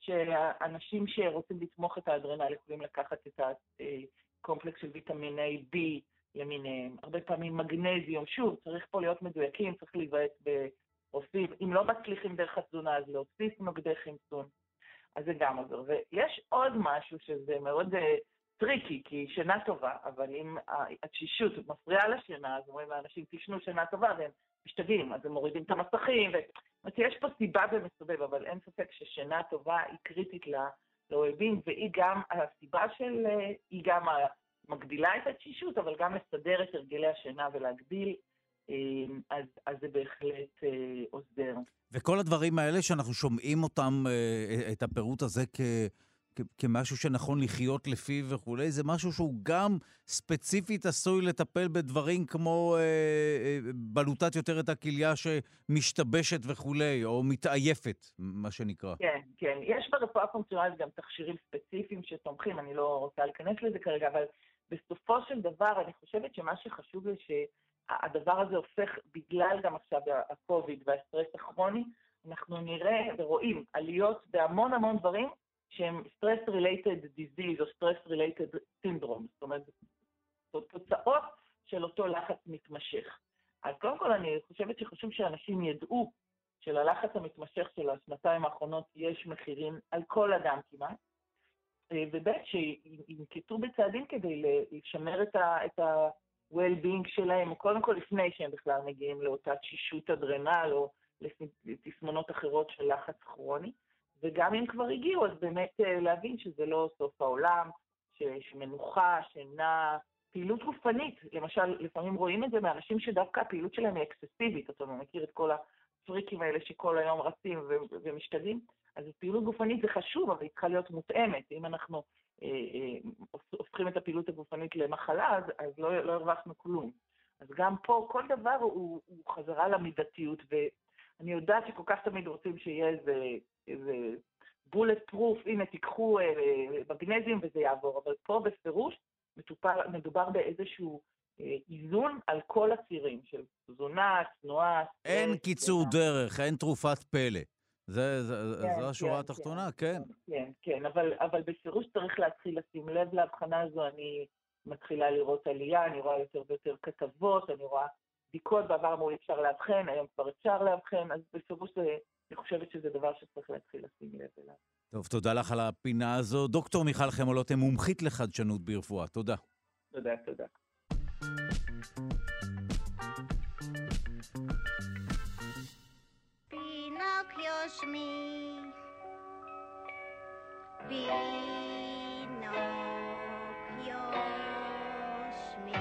שאנשים שרוצים לתמוך את האדרנל יכולים לקחת את הקומפלקס של ויטמיני B למיניהם, הרבה פעמים מגנזיום, שוב, צריך פה להיות מדויקים, צריך להיוועץ ברופאים, אם לא מצליחים דרך התזונה, אז להוסיף נוגדי חמצון, אז זה גם עוזר. ויש עוד משהו שזה מאוד טריקי, כי שינה טובה, אבל אם התשישות מפריעה לשינה, אז אומרים לאנשים, תשנו שינה טובה, והם משתגעים, אז הם מורידים את המסכים, יש פה סיבה ומסובב, אבל אין ספק ששינה טובה היא קריטית לאוהבים, והיא גם הסיבה היא גם מגדילה את התשישות, אבל גם לסדר את הרגלי השינה ולהגדיל, אז זה בהחלט עוזר. וכל הדברים האלה שאנחנו שומעים אותם, את הפירוט הזה כמשהו שנכון לחיות לפיו וכולי, זה משהו שהוא גם ספציפית עשוי לטפל בדברים כמו בלוטת יותר את הכליה שמשתבשת וכולי, או מתעייפת, מה שנקרא. כן. יש ברפואה פונקציונלית גם תכשירים ספציפיים שתומכים, אני לא רוצה להיכנס לזה כרגע, אבל בסופו של דבר אני חושבת שמה שחשוב זה שהדבר הזה הופך, בגלל גם עכשיו הקוביד והסטרס הכרוני, אנחנו נראה ורואים עליות בהמון המון דברים, שהם stress-related disease או stress-related syndrome, זאת אומרת, זאת תוצאות של אותו לחץ מתמשך. אז קודם כל אני חושבת שחשוב שאנשים ידעו שללחץ המתמשך של השנתיים האחרונות יש מחירים על כל אדם כמעט, ובית שינקטו בצעדים כדי לשמר את ה-well-being שלהם, קודם כל לפני שהם בכלל מגיעים לאותה תשישות אדרנל או לתסמונות אחרות של לחץ כרוני, וגם אם כבר הגיעו, אז באמת להבין שזה לא סוף העולם, שמנוחה, שינה, פעילות גופנית. למשל, לפעמים רואים את זה מאנשים שדווקא הפעילות שלהם היא אקססיבית, אתה מכיר את כל הפריקים האלה שכל היום רצים ומשתגעים, אז פעילות גופנית זה חשוב, אבל היא צריכה להיות מותאמת. אם אנחנו הופכים את הפעילות הגופנית למחלה, אז לא הרווחנו כלום. אז גם פה כל דבר הוא חזרה למידתיות, ואני יודעת שכל כך תמיד רוצים שיהיה איזה בולט פרוף, הנה תיקחו מגנזיום וזה יעבור, אבל פה בפירוש מדובר באיזשהו איזון על כל הצירים של תזונה, תנועה. אין קיצור דרך, אין תרופת פלא. זו השורה התחתונה, כן. כן, אבל בפירוש צריך להתחיל לשים לב להבחנה הזו, אני מתחילה לראות עלייה, אני רואה יותר ויותר כתבות, אני רואה בדיקות, בעבר אמרו אפשר להבחן, היום כבר אפשר להבחן, אז בפירוש אני חושבת שזה דבר שצריך להתחיל לשים לב אליו. טוב, תודה לך על הפינה הזו. דוקטור מיכל חמולות, מומחית לחדשנות ברפואה. תודה. תודה. פינוקיו שמי, פינוקיו שמי.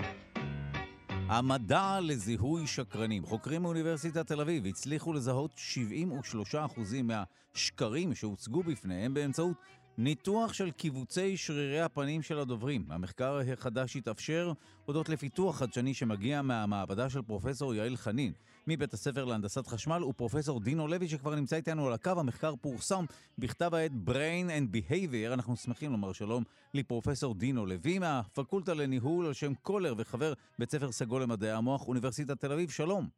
המדע לזיהוי שקרנים. חוקרים מאוניברסיטת תל אביב הצליחו לזהות 73% מהשקרים שהוצגו בפניהם באמצעות ניתוח של קיבוצי שרירי הפנים של הדוברים. המחקר החדש התאפשר הודות לפיתוח חדשני שמגיע מהמעבדה של פרופסור יעל חנין מבית הספר להנדסת חשמל ופרופסור דינו לוי שכבר נמצא איתנו על הקו. המחקר פורסם בכתב העת Brain and Behavior. אנחנו שמחים לומר שלום לפרופסור דינו לוי מהפקולטה לניהול על שם קולר וחבר בית ספר סגול למדעי המוח אוניברסיטת תל אביב. שלום.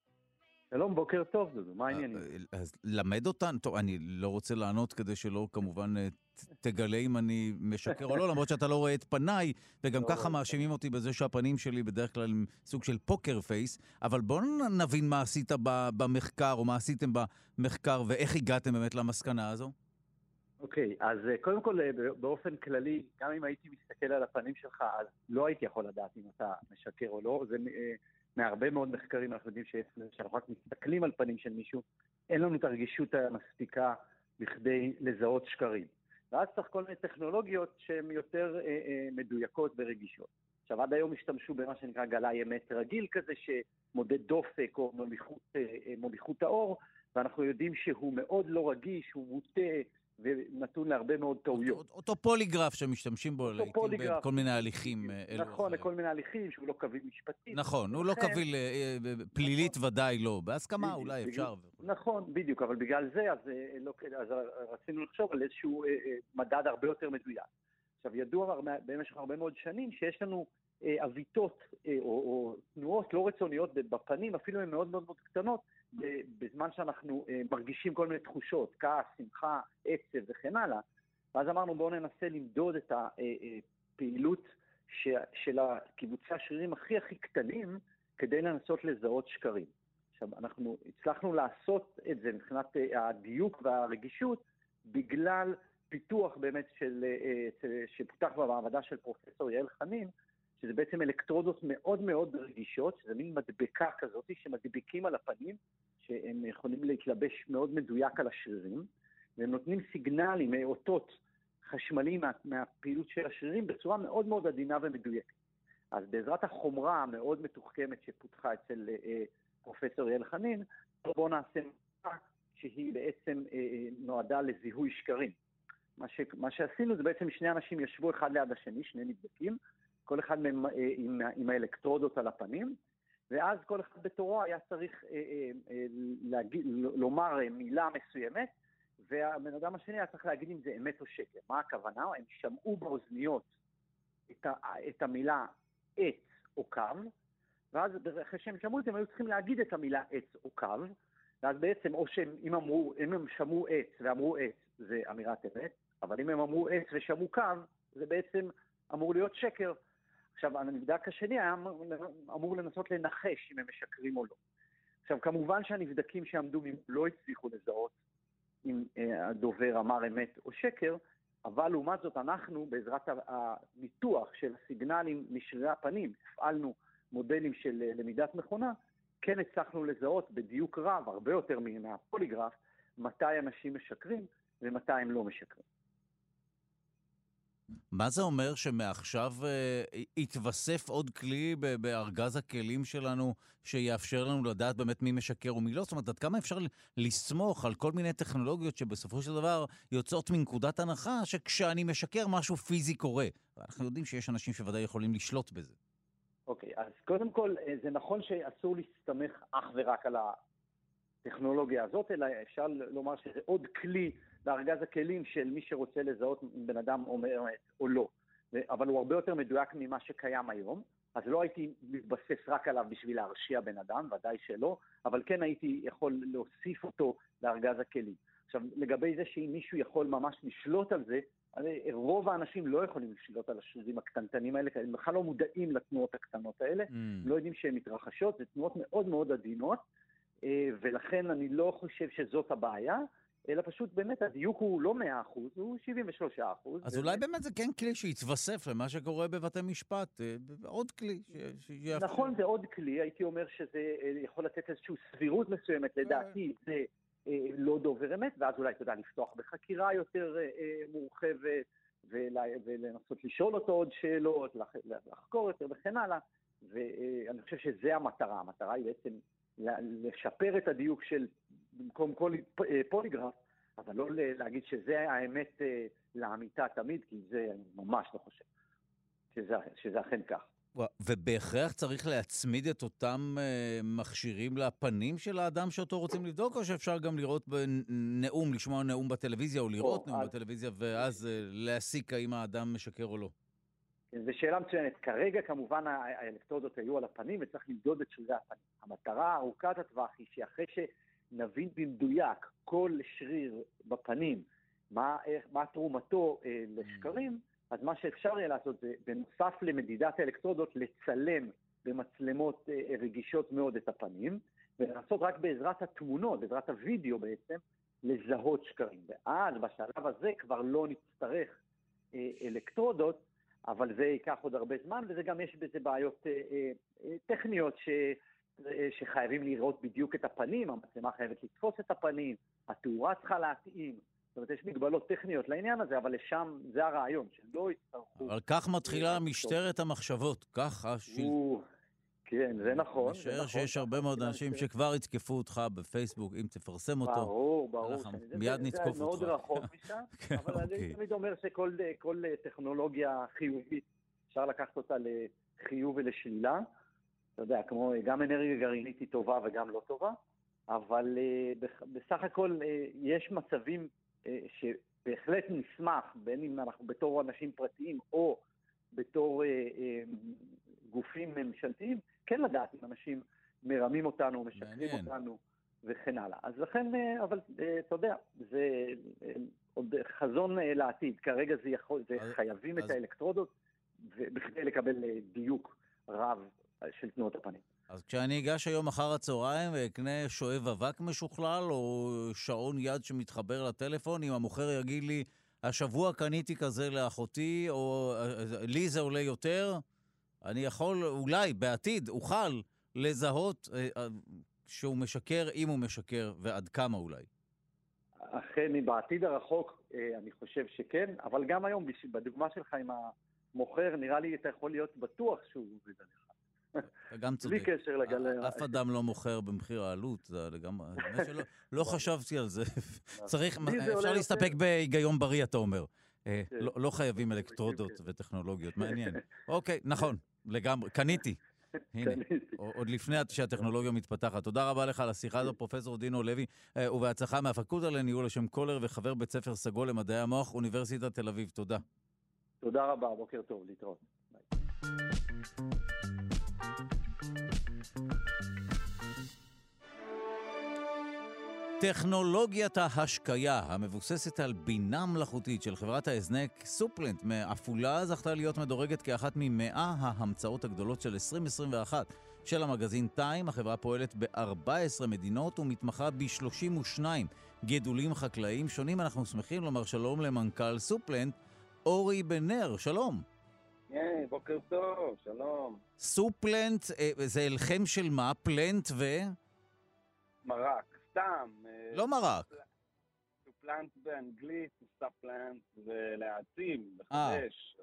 שלום, בוקר טוב, דודו, מה העניינים? אז למד אותן, טוב, אני לא רוצה לענות כדי שלא כמובן תגלה אם אני משקר או לא, למרות שאתה לא רואה את פניי, וגם ככה מאשימים אותי בזה שהפנים שלי בדרך כלל הם סוג של פוקר פייס, אבל בואו נבין מה עשית במחקר, או מה עשיתם במחקר, ואיך הגעתם באמת למסקנה הזו. אוקיי, אז קודם כל, באופן כללי, גם אם הייתי מסתכל על הפנים שלך, אז לא הייתי יכול לדעת אם אתה משקר או לא, זה מהרבה מאוד מחקרים אנחנו יודעים שאנחנו רק מסתכלים על פנים של מישהו, אין לנו את הרגישות המספיקה בכדי לזהות שקרים. ואז צריך כל מיני טכנולוגיות שהן יותר מדויקות ורגישות. עכשיו, עד היום השתמשו במה שנקרא גלאי אמת רגיל כזה, שמודד דופק או מוליכות האור, ואנחנו יודעים שהוא מאוד לא רגיש, הוא מוטה ונתון להרבה מאוד טעויות. אותו פוליגרף שמשתמשים בו בכל מיני הליכים. נכון, לכל מיני הליכים שהוא לא קביל משפטי. נכון, הוא לא קביל פלילית ודאי לא, בהסכמה אולי אפשר. נכון, בדיוק, אבל בגלל זה אז רצינו לחשוב על איזשהו מדד הרבה יותר מדויק. עכשיו, ידוע במשך הרבה מאוד שנים שיש לנו אביתות או תנועות לא רצוניות בפנים, אפילו הן מאוד מאוד קטנות, בזמן שאנחנו מרגישים כל מיני תחושות, כעס, שמחה, עצב וכן הלאה. ואז אמרנו בואו ננסה למדוד את הפעילות של קיבוצי השרירים הכי קטנים, כדי לנסות לזהות שקרים. עכשיו, אנחנו הצלחנו לעשות את זה מבחינת הדיוק והרגישות, בגלל פיתוח באמת שפותח במעבדה של פרופסור יעל חנין, שזה בעצם אלקטרודות מאוד מאוד רגישות, שזה מין מדבקה כזאת שמדביקים על הפנים, שהם יכולים להתלבש מאוד מדויק על השרירים, והם נותנים סיגנלים, אותות חשמליים מהפעילות של השרירים בצורה מאוד מאוד עדינה ומדויקת. אז בעזרת החומרה המאוד מתוחכמת שפותחה אצל פרופסור יעל חנין, בואו נעשה מחקר שהיא בעצם נועדה לזיהוי שקרים. מה שעשינו זה בעצם שני אנשים ישבו אחד ליד השני, שני נבדקים, כל אחד עם האלקטרודות על הפנים, ואז כל אחד בתורו היה צריך לומר מילה מסוימת, והבן אדם השני היה צריך להגיד אם זה אמת או שקר. מה הכוונה? הם שמעו באוזניות את המילה עץ או קו, ואז אחרי שהם שמעו את זה, הם היו צריכים להגיד את המילה עץ או קו, ואז בעצם, או אם הם שמעו עץ ואמרו עץ, זה אמירת אמת, אבל אם הם אמרו עץ ושמעו קו, זה בעצם אמור להיות שקר. עכשיו, הנבדק השני היה אמור לנסות לנחש אם הם משקרים או לא. עכשיו, כמובן שהנבדקים שעמדו לא הצליחו לזהות אם הדובר אמר אמת או שקר, אבל לעומת זאת אנחנו, בעזרת הניתוח של הסיגנלים משרירי הפנים, הפעלנו מודלים של למידת מכונה, כן הצלחנו לזהות בדיוק רב, הרבה יותר מהפוליגרף, מתי אנשים משקרים ומתי הם לא משקרים. מה זה אומר שמעכשיו יתווסף עוד כלי בארגז הכלים שלנו שיאפשר לנו לדעת באמת מי משקר ומי לא? זאת אומרת, עד כמה אפשר לסמוך על כל מיני טכנולוגיות שבסופו של דבר יוצאות מנקודת הנחה שכשאני משקר משהו פיזי קורה. אנחנו יודעים שיש אנשים שוודאי יכולים לשלוט בזה. אוקיי, אז קודם כל זה נכון שאסור להסתמך אך ורק על הטכנולוגיה הזאת, אלא אפשר לומר שזה עוד כלי בארגז הכלים של מי שרוצה לזהות אם בן אדם אומר או לא. אבל הוא הרבה יותר מדויק ממה שקיים היום, אז לא הייתי מתבסס רק עליו בשביל להרשיע בן אדם, ודאי שלא, אבל כן הייתי יכול להוסיף אותו לארגז הכלים. עכשיו, לגבי זה שאם מישהו יכול ממש לשלוט על זה, רוב האנשים לא יכולים לשלוט על השרירים הקטנטנים האלה, הם בכלל לא מודעים לתנועות הקטנות האלה, לא יודעים שהן מתרחשות, זה תנועות מאוד מאוד עדינות, ולכן אני לא חושב שזאת הבעיה, אלא פשוט באמת הדיוק הוא לא 100%, הוא 73%. אז אולי באמת זה כן כלי שיתווסף למה שקורה בבתי משפט, עוד כלי שיאפשר. נכון, זה עוד כלי, הייתי אומר שזה יכול לתת איזושהי סבירות מסוימת, לדעתי זה לא דובר אמת, ואז אולי אתה יודע לפתוח בחקירה יותר מורחבת, ולנסות לשאול אותו עוד שאלות, לחקור יותר וכן הלאה, ואני חושב שזה המטרה היא בעצם לשפר את הדיוק של, במקום כל פוליגרף, אבל לא להגיד שזה האמת לאמיתה תמיד, כי זה אני ממש לא חושב שזה אכן כך. ובהכרח צריך להצמיד את אותם מכשירים לפנים של האדם שאותו רוצים לבדוק, או שאפשר גם לראות נאום, לשמוע נאום בטלוויזיה, או לראות נאום בטלוויזיה, ואז להסיק האם האדם משקר או לא? זו שאלה מצוינת. כרגע כמובן האלקטרודות היו על הפנים, וצריך למדוד את שרירי הפנים. המטרה ארוכת הטווח היא שאחרי שנבין במדויק כל שריר בפנים, מה תרומתו לשקרים, אז מה שאפשר יהיה לעשות זה, בנוסף למדידת האלקטרודות, לצלם במצלמות רגישות מאוד את הפנים, ולעשות רק בעזרת התמונות, בעזרת הוידאו בעצם, לזהות שקרים. ואז בשלב הזה כבר לא נצטרך אלקטרודות, אבל זה ייקח עוד הרבה זמן, וזה גם יש בזה בעיות טכניות שחייבים לראות בדיוק את הפנים, המצלמה חייבת לתפוס את הפנים, התאורה צריכה להתאים, זאת אומרת, יש מגבלות טכניות לעניין הזה, אבל לשם זה הרעיון, שלא יצטרכו... אבל כך מתחילה משטרת המחשבות, כך השלטון. כן, זה נכון. משער שיש הרבה מאוד אנשים שכבר יתקפו אותך בפייסבוק, אם תפרסם אותו. ברור. מיד נתקוף אותך. זה מאוד רחוק משם, אבל אני תמיד אומר שכל טכנולוגיה חיובית, אפשר לקחת אותה לחיוב ולשלילה. אתה יודע, כמו גם אנרגיה גרעינית היא טובה וגם לא טובה, אבל בסך הכל יש מצבים שבהחלט נשמח, בין אם אנחנו בתור אנשים פרטיים או בתור גופים ממשלתיים, כן לדעת אם אנשים מרמים אותנו, משקרים אותנו וכן הלאה. אז לכן, אבל אתה יודע, זה עוד חזון לעתיד. כרגע זה חייבים את האלקטרודות, בכדי לקבל דיוק רב של תנועות הפנים. אז כשאני אגש היום אחר הצהריים ואקנה שואב אבק משוכלל, או שעון יד שמתחבר לטלפון, אם המוכר יגיד לי, השבוע קניתי כזה לאחותי, או לי זה עולה יותר, אני יכול, אולי בעתיד, אוכל לזהות שהוא משקר, אם הוא משקר, ועד כמה אולי. אכן, בעתיד הרחוק, אני חושב שכן, אבל גם היום, בדוגמה שלך עם המוכר, נראה לי אתה יכול להיות בטוח שהוא עובד עליך. גם צודק. בלי קשר לגלי... אף אדם לא מוכר במחיר העלות, זה לגמרי... לא חשבתי על זה. אפשר להסתפק בהיגיון בריא, אתה אומר. לא חייבים אלקטרודות וטכנולוגיות, מעניין. אוקיי, נכון, לגמרי, קניתי. הנה, עוד לפני שהטכנולוגיה מתפתחת. תודה רבה לך על השיחה הזו, פרופסור דינו לוי, ובהצלחה מהפקולטה לניהול השם קולר וחבר בית ספר סגול למדעי המוח, אוניברסיטת תל אביב. תודה. תודה רבה, בוקר טוב, להתראות. טכנולוגיית ההשקיה המבוססת על בינה מלאכותית של חברת ההזנק סופלנט מעפולה זכתה להיות מדורגת כאחת מ100 ההמצאות הגדולות של 2021 של המגזין טיים. החברה פועלת ב14 מדינות ומתמחה ב32 גידולים חקלאיים שונים. אנחנו שמחים לומר שלום למנכ"ל סופלנט, אורי בנר. שלום. בוקר טוב, שלום. סופלנט, זה אלחם של מה? פלנט מרק. סתם. לא מרק. סופלנט באנגלית, סופלנט זה להעצים, לחדש.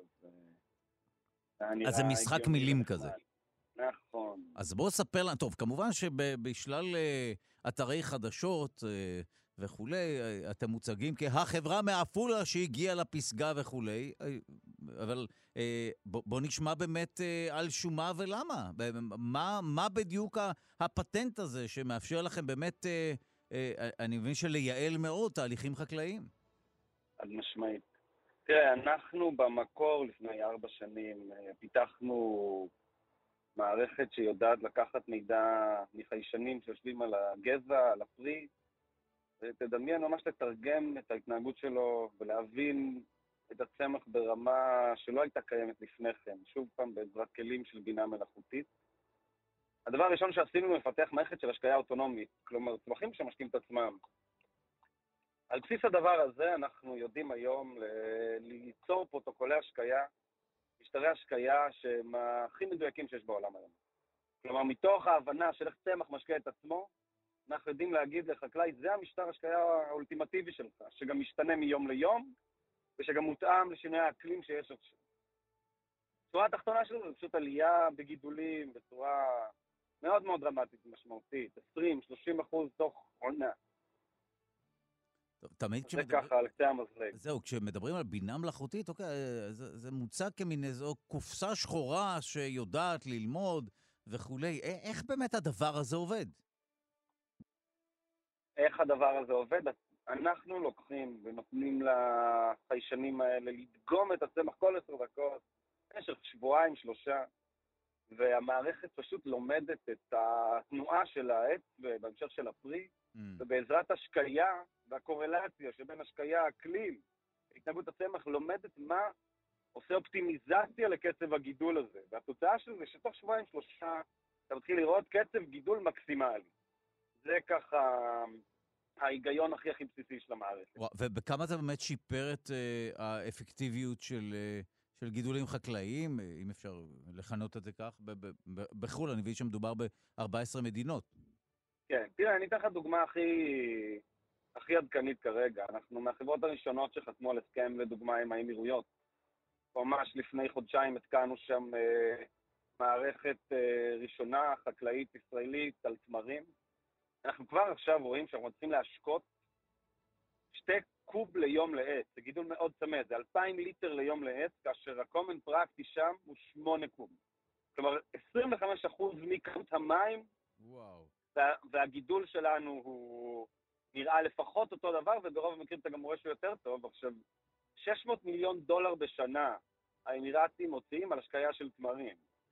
אז זה משחק מילים כזה. נכון. אז בואו ספר לנו, טוב, כמובן שבשלל אתרי חדשות וכולי, אתם מוצגים כהחברה מעפולה שהגיעה לפסגה וכולי, אבל בוא נשמע באמת על שומה ולמה. מה בדיוק הפטנט הזה שמאפשר לכם באמת, אני מבין שלייעל מאוד תהליכים חקלאיים? עד משמעית. תראה, אנחנו במקור לפני 4 שנים פיתחנו מערכת שיודעת לקחת מידע מחיישנים שיושבים על הגזע, על הפרי, ותדמיין ממש לתרגם את ההתנהגות שלו ולהבין את הצמח ברמה שלא הייתה קיימת לפני כן, שוב פעם בעזרת כלים של בינה מלאכותית. הדבר הראשון שעשינו מפתח מערכת של השקיה אוטונומית, כלומר צמחים שמשקים את עצמם. על בסיס הדבר הזה אנחנו יודעים היום ליצור פרוטוקולי השקיה, משטרי השקיה שהם הכי מדויקים שיש בעולם היום. כלומר מתוך ההבנה של איך צמח משקה את עצמו, אנחנו יודעים להגיד לחקלאי, זה המשטר השקיה האולטימטיבי שלך, שגם משתנה מיום ליום, ושגם מותאם לשינוי האקלים שיש עכשיו. הצורה התחתונה שלנו זה פשוט עלייה בגידולים, בצורה מאוד מאוד דרמטית ומשמעותית, 20-30% תוך עונה. תמיד זה ככה על קצה המזלג. זהו, כשמדברים על בינה מלאכותית, אוקיי, זה מוצג כמין איזו קופסה שחורה שיודעת ללמוד וכולי. איך באמת הדבר הזה עובד? איך הדבר הזה עובד? אנחנו לוקחים ונותנים לחיישנים האלה לדגום את הצמח כל 10 דקות, במשך 2-3 והמערכת פשוט לומדת את התנועה של העץ ובהמשך של הפרי, ובעזרת השקיה והקורלציה שבין השקיה, האקלים, התנהגות הצמח לומדת מה עושה אופטימיזציה לקצב הגידול הזה. והתוצאה של זה שתוך 2-3 אתה מתחיל לראות קצב גידול מקסימלי. זה ככה ההיגיון הכי בסיסי של המערכת. ובכמה זה באמת שיפר את האפקטיביות של גידולים חקלאיים, אם אפשר לכנות את זה כך, בחו"ל, אני מבין שמדובר ב-14 מדינות. כן, תראה, אני אתן לך דוגמה הכי עדכנית כרגע. אנחנו מהחברות הראשונות שחתמו על הסכם, לדוגמה, עם האמירויות. ממש לפני חודשיים התקנו שם מערכת ראשונה, חקלאית ישראלית, על תמרים. אנחנו כבר עכשיו רואים שאנחנו צריכים להשקות 2 קוב ליום לעץ. זה גידול מאוד צמא, זה 2,000 ליטר ליום לעץ, כאשר הקומן פרקטי שם הוא 8 קוב. כלומר, 25% מכמות המים, וואו. והגידול שלנו הוא נראה לפחות אותו דבר, וברוב המקרים אתה גם רואה שהוא יותר טוב. עכשיו, $600 מיליון בשנה האמירתים מוציאים על השקיה של תמרים.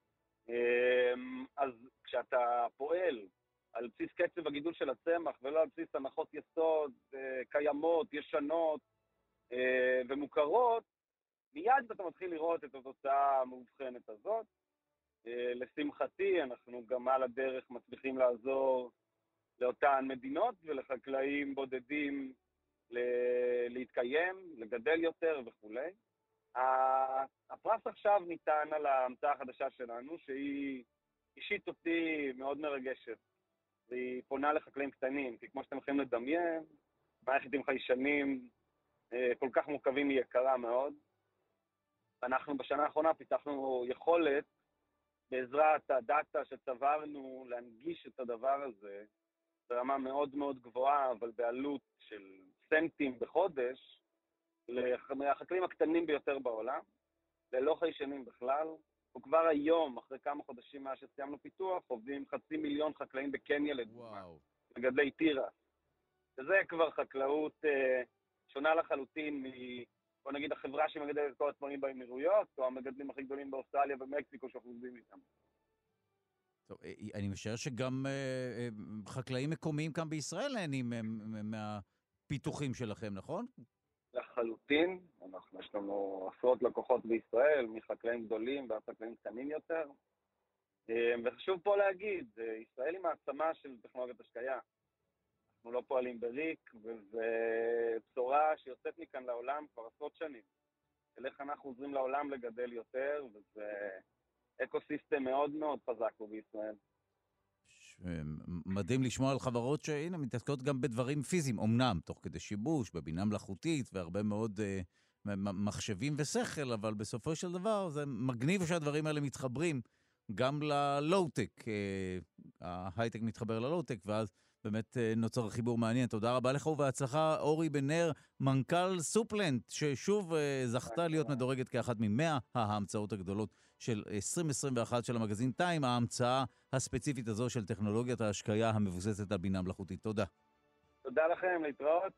אז כשאתה פועל על בסיס קצב הגידול של הצמח, ולא על בסיס הנחות יסוד קיימות, ישנות ומוכרות, מיד אתה מתחיל לראות את התוצאה המובחנת הזאת. לשמחתי, אנחנו גם על הדרך מצליחים לעזור לאותן מדינות ולחקלאים בודדים להתקיים, לגדל יותר וכו'. הפרס עכשיו ניתן על ההמצאה החדשה שלנו, שהיא אישית אותי מאוד מרגשת. והיא פונה לחקלאים קטנים, כי כמו שאתם יכולים לדמיין, מערכת עם חיישנים כל כך מורכבים היא יקרה מאוד. אנחנו בשנה האחרונה פיתחנו יכולת, בעזרת הדאטה שצברנו, להנגיש את הדבר הזה ברמה מאוד מאוד גבוהה, אבל בעלות של סנטים בחודש, לחקלאים הקטנים ביותר בעולם, ללא חיישנים בכלל. וכבר היום, אחרי כמה חודשים מאז שסיימנו פיתוח, עובדים 500,000 חקלאים בקניה לדוגמה, מגדלי תירס. וזה כבר חקלאות שונה לחלוטין בוא נגיד החברה שמגדלת את כל התמרים באמירויות, או המגדלים הכי גדולים באוסטרליה ומקסיקו שאנחנו עובדים איתם. טוב, אני משער שגם חקלאים מקומיים כאן בישראל נהנים מהפיתוחים שלכם, נכון? לחלוטין. יש לנו עשרות לקוחות בישראל, מחקלאים גדולים ועד חקלאים קטנים יותר. וחשוב פה להגיד, ישראל היא מעצמה של טכנולוגיית השקיה. אנחנו לא פועלים בריק, וזו בשורה שיוצאת מכאן לעולם כבר עשרות שנים. של איך אנחנו עוזרים לעולם לגדל יותר, וזה אקוסיסטם מאוד מאוד חזק פה בישראל. מדהים לשמוע על חברות שהנה מתעסקות גם בדברים פיזיים, אמנם תוך כדי שיבוש, בבינה מלאכותית והרבה מאוד מחשבים ושכל, אבל בסופו של דבר זה מגניב שהדברים האלה מתחברים גם ללואו-טק, ההייטק מתחבר ללואו-טק, ואז באמת נוצר חיבור מעניין. תודה רבה לך ובהצלחה, אורי בן נר, מנכ"ל סופלנט, ששוב זכתה להיות מדורגת כאחת מ100 ההמצאות הגדולות של 2021 של המגזין טיים, ההמצאה הספציפית הזו של טכנולוגיית ההשקיה המבוססת על בינה מלאכותית. תודה. תודה לכם, להתראות.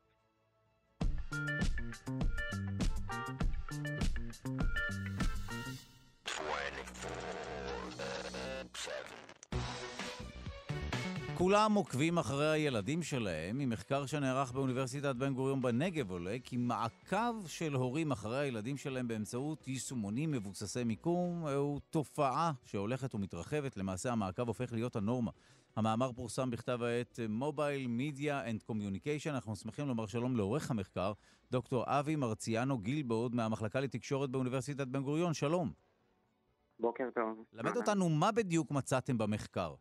כולם עוקבים אחרי הילדים שלהם. ממחקר שנערך באוניברסיטת בן גוריון בנגב עולה כי מעקב של הורים אחרי הילדים שלהם באמצעות יישומונים מבוססי מיקום הוא תופעה שהולכת ומתרחבת. למעשה המעקב הופך להיות הנורמה. המאמר פורסם בכתב העת Mobile Media and Communication. אנחנו שמחים לומר שלום לעורך המחקר, דוקטור אבי מרציאנו גילבורד מהמחלקה לתקשורת באוניברסיטת בן גוריון. שלום. בוקר טוב. למד אותנו מה בדיוק מצאתם במחקר.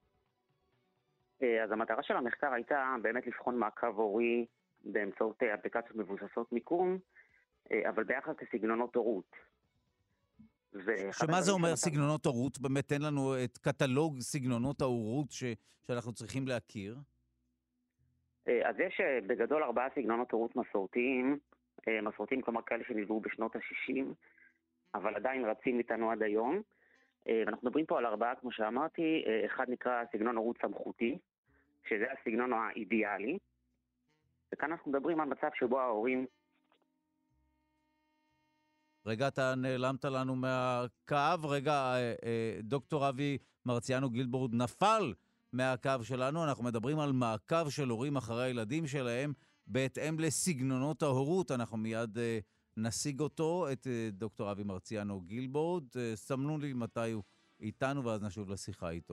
אז המטרה של המחקר הייתה באמת לבחון מעקב הורי באמצעות אפליקציות מבוססות מיקום, אבל ביחס לסגנונות הורות. שמה זה אומר סגנונות הורות? באמת תן לנו את קטלוג סגנונות ההורות שאנחנו צריכים להכיר. אז יש בגדול 4 סגנונות הורות מסורתיים, כלומר כאלה שנבראו בשנות ה-60, אבל עדיין רצים איתנו עד היום. ואנחנו מדברים פה על 4, כמו שאמרתי. אחד נקרא סגנון הורות סמכותי, שזה הסגנון האידיאלי, וכאן אנחנו מדברים על מצב שבו ההורים... רגע, אתה נעלמת לנו מהקו. רגע, דוקטור אבי מרציאנו גילבורד נפל מהקו שלנו. אנחנו מדברים על מעקב של הורים אחרי הילדים שלהם בהתאם לסגנונות ההורות. אנחנו מיד נשיג אותו, את דוקטור אבי מרציאנו גילבורד. סמנו לי מתי הוא איתנו, ואז נשוב לשיחה איתו.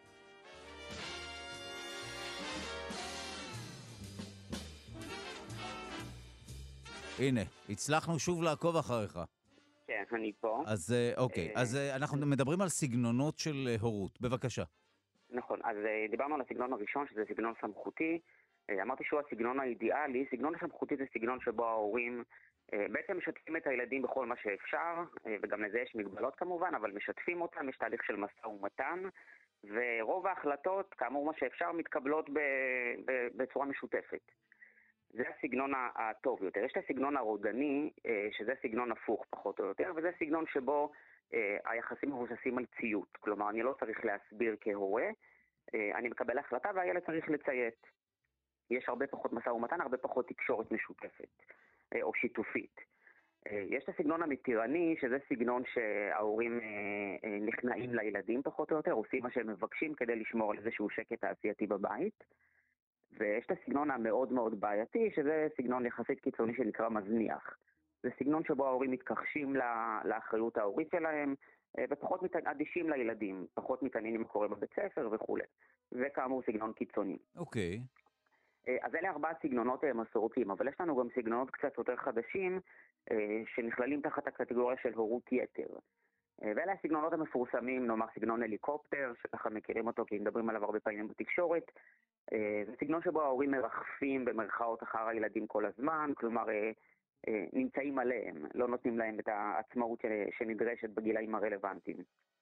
הנה, הצלחנו שוב לעקוב אחריך. כן, אני פה. אז אוקיי, אז אנחנו מדברים על סגנונות של הורות. בבקשה. נכון, אז דיברנו על הסגנון הראשון, שזה סגנון סמכותי. אמרתי שהוא הסגנון האידיאלי. סגנון הסמכותי זה סגנון שבו ההורים בעצם משתפים את הילדים בכל מה שאפשר, וגם לזה יש מגבלות כמובן, אבל משתפים אותם, יש תהליך של משא ומתן, ורוב ההחלטות, כאמור מה שאפשר, מתקבלות בצורה משותפת. זה הסגנון הטוב יותר. יש את הסגנון הרודני, שזה סגנון הפוך פחות או יותר, וזה סגנון שבו היחסים מבוססים על ציות. כלומר, אני לא צריך להסביר כהורה, אני מקבל החלטה והילד צריך לציית. יש הרבה פחות משא ומתן, הרבה פחות תקשורת משותפת או שיתופית. יש את הסגנון המתירני, שזה סגנון שההורים נכנעים לילדים פחות או יותר, עושים מה שהם מבקשים כדי לשמור על איזשהו שקט תעשייתי בבית. ויש את הסגנון המאוד מאוד בעייתי, שזה סגנון יחסית קיצוני שנקרא מזניח. זה סגנון שבו ההורים מתכחשים לאחריות ההורית שלהם, ופחות אדישים לילדים, פחות מתעניינים מה קורה בבית ספר וכו'. וכאמור סגנון קיצוני. אוקיי. אז אלה 4 סגנונות מסורתיים, אבל יש לנו גם סגנונות קצת יותר חדשים, שנכללים תחת הקטגוריה של הורות יתר. ואלה הסגנונות המפורסמים, נאמר סגנון הליקופטר, שככה מכירים אותו כי מדברים עליו הרבה פעמים בתקשורת. זה סגנון שבו ההורים מרחפים במרכאות אחר הילדים כל הזמן, כלומר נמצאים עליהם, לא נותנים להם את העצמאות שנדרשת בגילאים הרלוונטיים.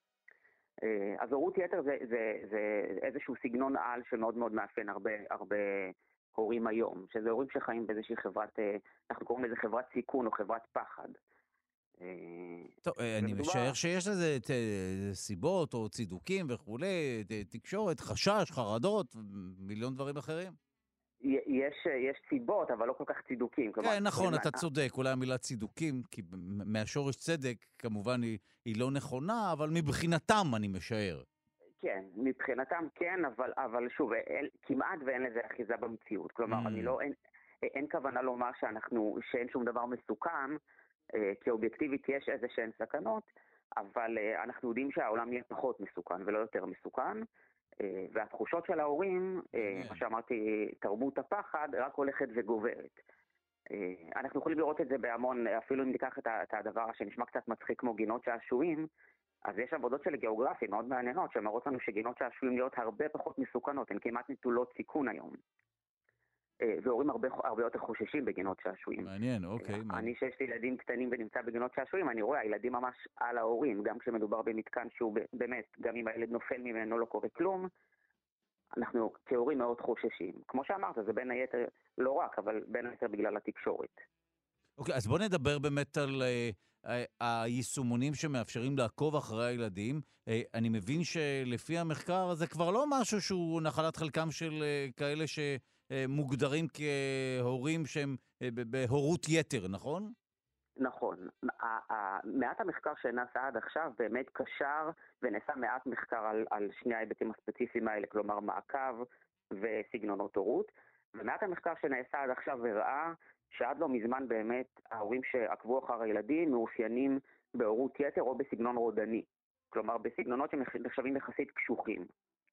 אז הורות יתר זה איזשהו סגנון על שמאוד מאוד מאפיין הרבה הורים היום, שזה הורים שחיים באיזושהי חברת, אנחנו קוראים לזה חברת סיכון או חברת פחד. טוב, אני משער שיש לזה סיבות או צידוקים וכולי, תקשורת, חשש, חרדות, מיליון דברים אחרים. יש סיבות, אבל לא כל כך צידוקים. כן, נכון, אתה צודק, אולי המילה צידוקים, כי מהשורש צדק כמובן היא לא נכונה, אבל מבחינתם אני משער. כן, מבחינתם כן, אבל שוב, כמעט ואין לזה אחיזה במציאות. כלומר, אין כוונה לומר שאין שום דבר מסוכן, כי אובייקטיבית יש איזה שהן סכנות, אבל אנחנו יודעים שהעולם יהיה פחות מסוכן ולא יותר מסוכן, והתחושות של ההורים, מה שאמרתי, תרבות הפחד, רק הולכת וגוברת. אנחנו יכולים לראות את זה בהמון, אפילו אם ניקח את הדבר שנשמע קצת מצחיק כמו גינות שעשועים, אז יש עבודות של גיאוגרפיה מאוד מעניינות, שמראות לנו שגינות שעשועים להיות הרבה פחות מסוכנות, הן כמעט נטולות סיכון היום. והורים הרבה יותר חוששים בגינות שעשועים. מעניין, אוקיי. אני שיש לי ילדים קטנים ונמצא בגינות שעשועים, אני רואה, הילדים ממש על ההורים, גם כשמדובר במתקן שהוא באמת, גם אם הילד נופל ממנו לא קורה כלום, אנחנו כהורים מאוד חוששים. כמו שאמרת, זה בין היתר, לא רק, אבל בין היתר בגלל התקשורת. אוקיי, אז בוא נדבר באמת על היישומונים שמאפשרים לעקוב אחרי הילדים. אני מבין שלפי המחקר זה כבר לא משהו שהוא נחלת חלקם של כאלה שמוגדרים כהורים שהם בהורות יתר, נכון? נכון. מעט המחקר שנעשה עד עכשיו באמת קשר ונעשה מעט מחקר על שני ההיבטים הספציפיים האלה, כלומר מעקב וסגנונות הורות, ומעט המחקר שנעשה עד עכשיו הראה שעד לא מזמן באמת ההורים שעקבו אחר הילדים מאופיינים בהורות יתר או בסגנון רודני, כלומר בסגנונות שנחשבים יחסית קשוחים.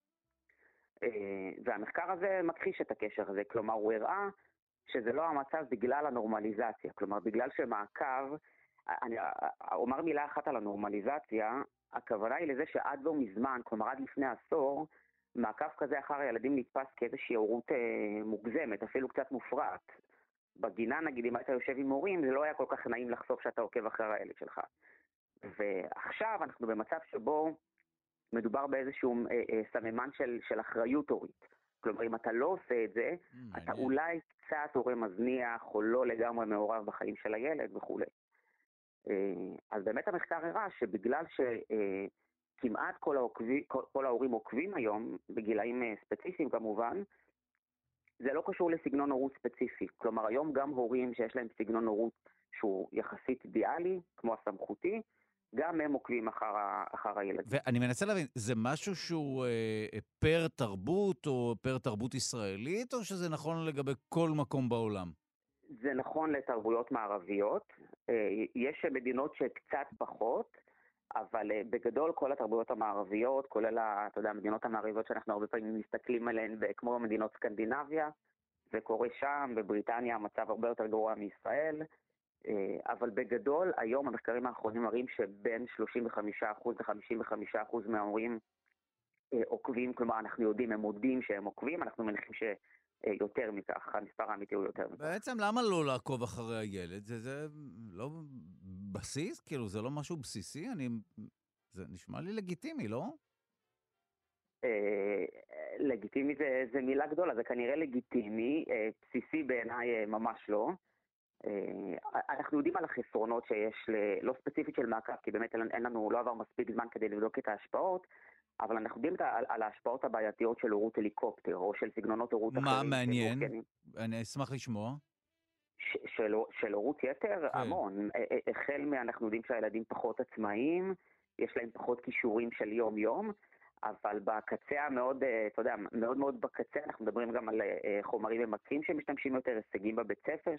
והמחקר הזה מכחיש את הקשר הזה, כלומר הוא הראה שזה לא המצב בגלל הנורמליזציה, כלומר בגלל שמעקב, אני אומר מילה אחת על הנורמליזציה, הכוונה היא לזה שעד לא מזמן, כלומר עד לפני עשור, מעקב כזה אחר הילדים נתפס כאיזושהי הורות מוגזמת, אפילו קצת מופרעת. בגינה נגיד אם היית יושב עם הורים, זה לא היה כל כך נעים לחשוף שאתה עוקב אחר הילד שלך. ועכשיו אנחנו במצב שבו מדובר באיזשהו סממן של אחריות הורית. כלומר, אם אתה לא עושה את זה, אתה אולי קצת הורה מזניח, או לא לגמרי מעורב בחיים של הילד וכו'. אז באמת המחקר הראה שבגלל שכמעט כל ההורים עוקבים היום, בגילאים ספציפיים כמובן, זה לא קשור לסגנון הורות ספציפי. כלומר, היום גם הורים שיש להם סגנון הורות שהוא יחסית אידיאלי, כמו הסמכותי, גם הם עוקבים אחר הילד. ואני מנסה להבין, זה משהו שהוא פר תרבות או פר תרבות ישראלית, או שזה נכון לגבי כל מקום בעולם? זה נכון לתרבויות מערביות. יש מדינות שקצת פחות, אבל בגדול כל התרבויות המערביות, כולל המדינות המערביות שאנחנו הרבה פעמים מסתכלים עליהן, כמו מדינות סקנדינביה, זה קורה שם, בבריטניה המצב הרבה יותר גרוע מישראל, אבל בגדול היום המחקרים האחרונים מראים שבין 35% ל-55% מההורים עוקבים, כלומר אנחנו יודעים, הם מודים שהם עוקבים, אנחנו מניחים שיותר מכך, המספר האמיתי הוא יותר מכך. בעצם למה לא לעקוב אחרי הילד? זה לא בסיס? כאילו זה לא משהו בסיסי? זה נשמע לי לגיטימי, לא? לגיטימי זה מילה גדולה, זה כנראה לגיטימי, בסיסי בעיניי ממש לא. אנחנו יודעים על החסרונות שיש, לא ספציפית של מעקב, כי באמת אין לנו, לא עבר מספיק זמן כדי לבדוק את ההשפעות, אבל אנחנו יודעים על ההשפעות הבעייתיות של הורות הליקופטר, או של סגנונות הורות אחרים. מה מעניין? אני אשמח לשמוע. של הורות יתר, המון. החל אנחנו יודעים שהילדים פחות עצמאיים, יש להם פחות כישורים של יום-יום, אבל בקצה המאוד, אתה יודע, מאוד מאוד בקצה, אנחנו מדברים גם על חומרים ממכרים שמשתמשים יותר, הישגים בבית ספר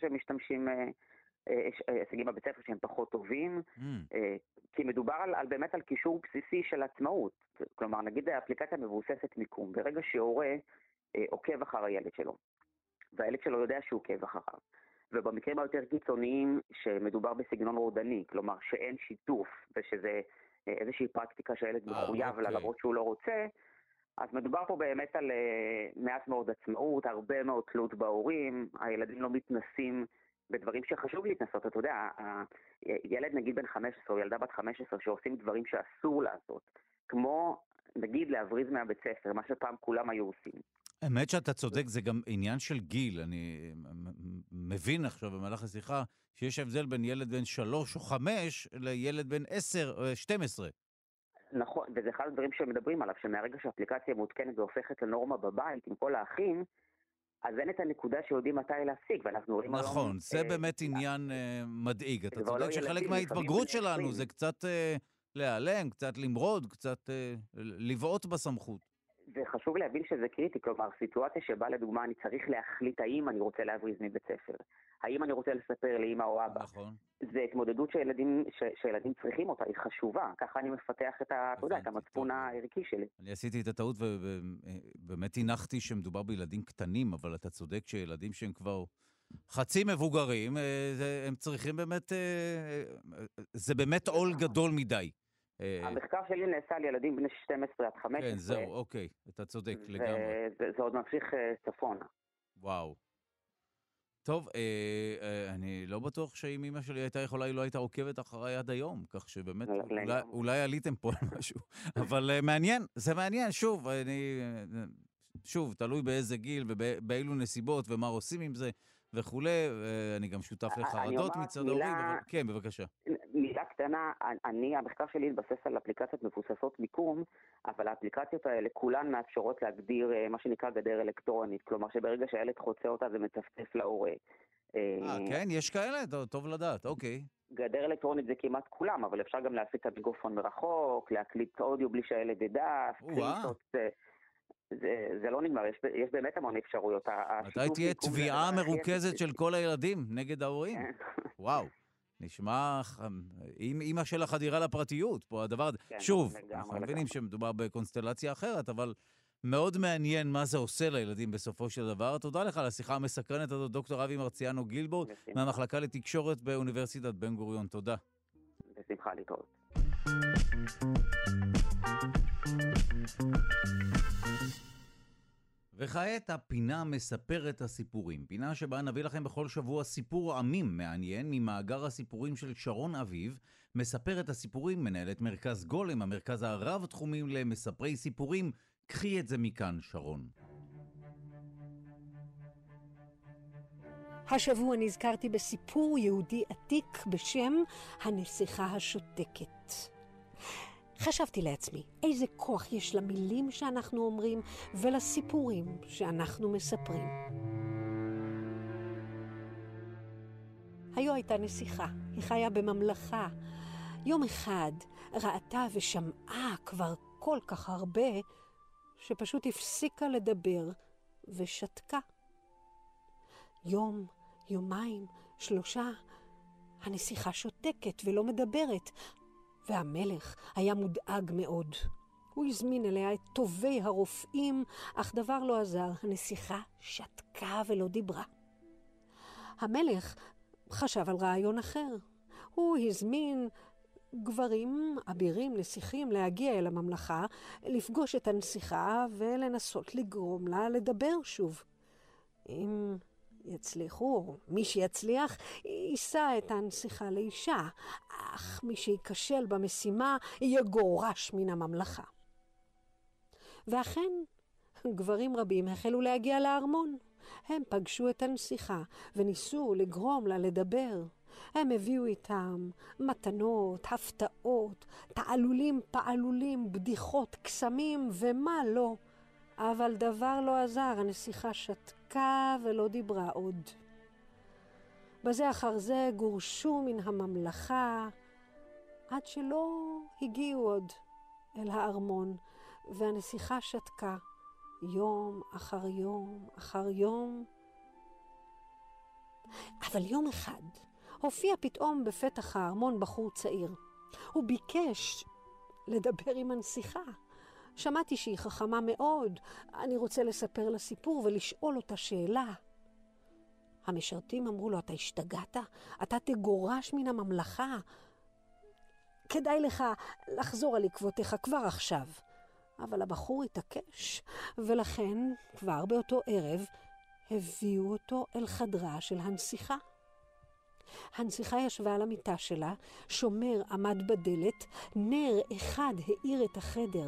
הישגים בבית ספר שהם פחות טובים, כי מדובר באמת על קישור בסיסי של עצמאות. כלומר, נגיד האפליקציה מבוססת מיקום, ברגע שהורה עוקב אחר הילד שלו, והילד שלו יודע שהוא עוקב אחריו, ובמקרים היותר קיצוניים שמדובר בסגנון רודני, כלומר שאין שיתוף ושזה איזושהי פרקטיקה שהילד מחויב לה למרות שהוא לא רוצה, אז מדובר פה באמת על מעט מאוד עצמאות, הרבה מאוד תלות בהורים, הילדים לא מתנסים בדברים שחשוב להתנסות. אתה יודע, ילד נגיד בן 15 או ילדה בת 15 שעושים דברים שאסור לעשות, כמו נגיד להבריז מהבית ספר, מה שפעם כולם היו עושים. האמת שאתה צודק, זה גם עניין של גיל. אני מבין עכשיו במהלך השיחה שיש הבדל בין ילד בן 3 או 5 לילד בן 10 או 12. נכון, וזה אחד הדברים שמדברים עליו, שמהרגע שהאפליקציה מותקנת והופכת לנורמה בבית עם כל האחים, אז אין את הנקודה שיודעים מתי להפסיק, ואנחנו רואים היום... נכון, זה באמת עניין מדאיג. אתה צודק שחלק מההתבגרות שלנו זה קצת להיעלם, קצת למרוד, קצת לבעוט בסמכות. וחשוב להבין שזה קריטי, כלומר, סיטואציה שבה לדוגמה אני צריך להחליט האם אני רוצה להבריז מבית ספר, האם אני רוצה לספר לאמא או אבא. נכון. זה התמודדות שילדים צריכים אותה, היא חשובה, ככה אני מפתח את המצפון הערכי שלי. אני עשיתי את הטעות ובאמת הנחתי שמדובר בילדים קטנים, אבל אתה צודק שילדים שהם כבר חצי מבוגרים, הם צריכים באמת, זה באמת עול גדול מדי. המחקר שלי נעשה על ילדים בני 12 עד 15. כן, זהו, אוקיי, אתה צודק לגמרי. זה עוד ממשיך צפונה. וואו. טוב, אני לא בטוח שאם אמא שלי הייתה יכולה, היא לא הייתה עוקבת אחריי עד היום, כך שבאמת אולי עליתם פה על משהו. אבל מעניין, זה מעניין, שוב, תלוי באיזה גיל ובאילו נסיבות ומה עושים עם זה וכולי, אני גם שותף לחרדות מצד הורים. כן, בבקשה. מילה קטנה, המחקר שלי התבסס על אפליקציות מבוססות מיקום, אבל האפליקציות האלה כולן מאפשרות להגדיר מה שנקרא גדר אלקטרונית, כלומר שברגע שהילד חוצה אותה זה מצפצף להורה. כן, יש כאלה? טוב לדעת, אוקיי. גדר אלקטרונית זה כמעט כולם, אבל אפשר גם להפיץ את המיקרופון מרחוק, להקליט אודיו בלי שהילד ידע, סקרינשוט, זה לא נגמר, יש באמת המון אפשרויות. מתי תהיה תביעה מרוכזת של כל הילדים נגד ההורים? וואו. נשמע עם אמא של החדירה לפרטיות, פה הדבר הזה. שוב, אנחנו מבינים שמדובר בקונסטלציה אחרת, אבל מאוד מעניין מה זה עושה לילדים בסופו של דבר. תודה לך על השיחה המסקרנת הזאת, דוקטור אבי מרציאנו גילבורט, מהמחלקה לתקשורת באוניברסיטת בן גוריון. תודה. בשמחה, להתראות. וכעת הפינה מספרת הסיפורים, פינה שבה נביא לכם בכל שבוע סיפור עמים מעניין ממאגר הסיפורים של שרון אביב. מספרת הסיפורים מנהלת מרכז גולם, המרכז הרב תחומים למספרי סיפורים. קחי את זה מכאן, שרון. השבוע נזכרתי בסיפור יהודי עתיק בשם הנסיכה השותקת. חשבתי לעצמי, איזה כוח יש למילים שאנחנו אומרים ולסיפורים שאנחנו מספרים. היו הייתה נסיכה, היא חיה בממלכה. יום אחד ראתה ושמעה כבר כל כך הרבה, שפשוט הפסיקה לדבר ושתקה. יום, יומיים, 3, הנסיכה שותקת ולא מדברת, והמלך היה מודאג מאוד. הוא הזמין אליה את טובי הרופאים, אך דבר לא עזר, הנסיכה שתקה ולא דיברה. המלך חשב על רעיון אחר. הוא הזמין גברים, אבירים, נסיכים להגיע אל הממלכה, לפגוש את הנסיכה ולנסות לגרום לה לדבר שוב. אם יצליחו, מי שיצליח, יישא את הנסיכה לאישה, אך מי שייכשל במשימה יגורש מן הממלכה. ואכן, גברים רבים החלו להגיע לארמון. הם פגשו את הנסיכה וניסו לגרום לה לדבר. הם הביאו איתם מתנות, הפתעות, פעלולים, בדיחות, קסמים ומה לא. אבל דבר לא עזר, הנסיכה שתקה ולא דיברה עוד. בזה אחר זה גורשו מן הממלכה, עד שלא הגיעו עוד אל הארמון, והנסיכה שתקה יום אחר יום אחר יום. אבל יום אחד הופיע פתאום בפתח הארמון בחור צעיר. הוא ביקש לדבר עם הנסיכה. שמעתי שהיא חכמה מאוד, אני רוצה לספר לה סיפור ולשאול אותה שאלה. המשרתים אמרו לו, אתה השתגעת? אתה תגורש מן הממלכה? כדאי לך לחזור על עקבותיך כבר עכשיו. אבל הבחור התעקש, ולכן כבר באותו ערב הביאו אותו אל חדרה של הנסיכה. הנסיכה ישבה על המיטה שלה, שומר עמד בדלת, נר אחד האיר את החדר.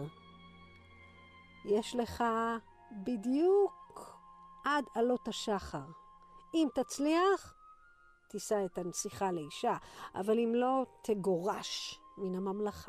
יש לך בדיוק עד עלות השחר. אם תצליח, תישא את הנסיכה לאישה, אבל אם לא, תגורש מן הממלכה.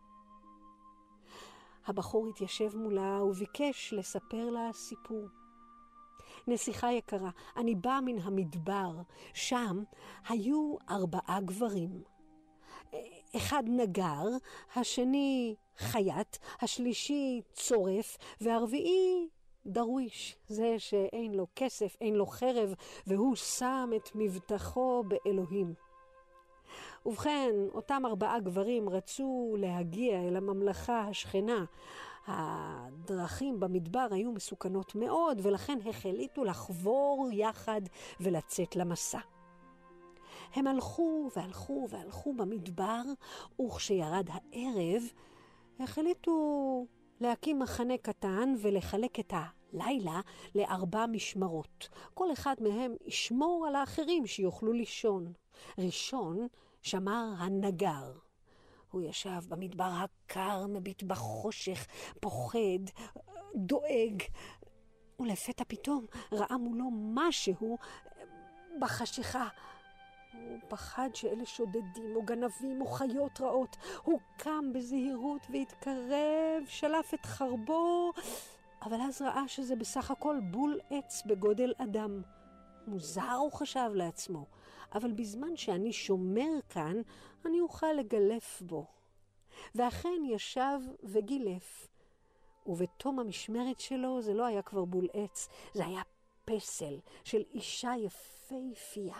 הבחור התיישב מולה וביקש לספר לה סיפור. נסיכה יקרה, אני באה מן המדבר, שם היו 4 גברים. אחד נגר, השני חייט, השלישי צורף, והרביעי דרוויש, זה שאין לו כסף, אין לו חרב, והוא שם את מבטחו באלוהים. ובכן, אותם 4 גברים רצו להגיע אל הממלכה השכנה. הדרכים במדבר היו מסוכנות מאוד, ולכן החליטו לחבור יחד ולצאת למסע. הם הלכו והלכו והלכו במדבר, וכשירד הערב, החליטו להקים מחנה קטן ולחלק את הלילה ל4 משמרות. כל אחד מהם ישמור על האחרים שיוכלו לישון. ראשון שמר הנגר. הוא ישב במדבר הקר, מביט בחושך, פוחד, דואג. ולפתע פתאום ראה מולו משהו בחשיכה. הוא פחד שאלה שודדים או גנבים או חיות רעות. הוא קם בזהירות והתקרב, שלף את חרבו, אבל אז ראה שזה בסך הכל בול עץ בגודל אדם. מוזר, הוא חשב לעצמו, אבל בזמן שאני שומר כאן, אני אוכל לגלף בו. ואכן ישב וגילף. ובתום המשמרת שלו זה לא היה כבר בול עץ, זה היה פסל של אישה יפהפייה.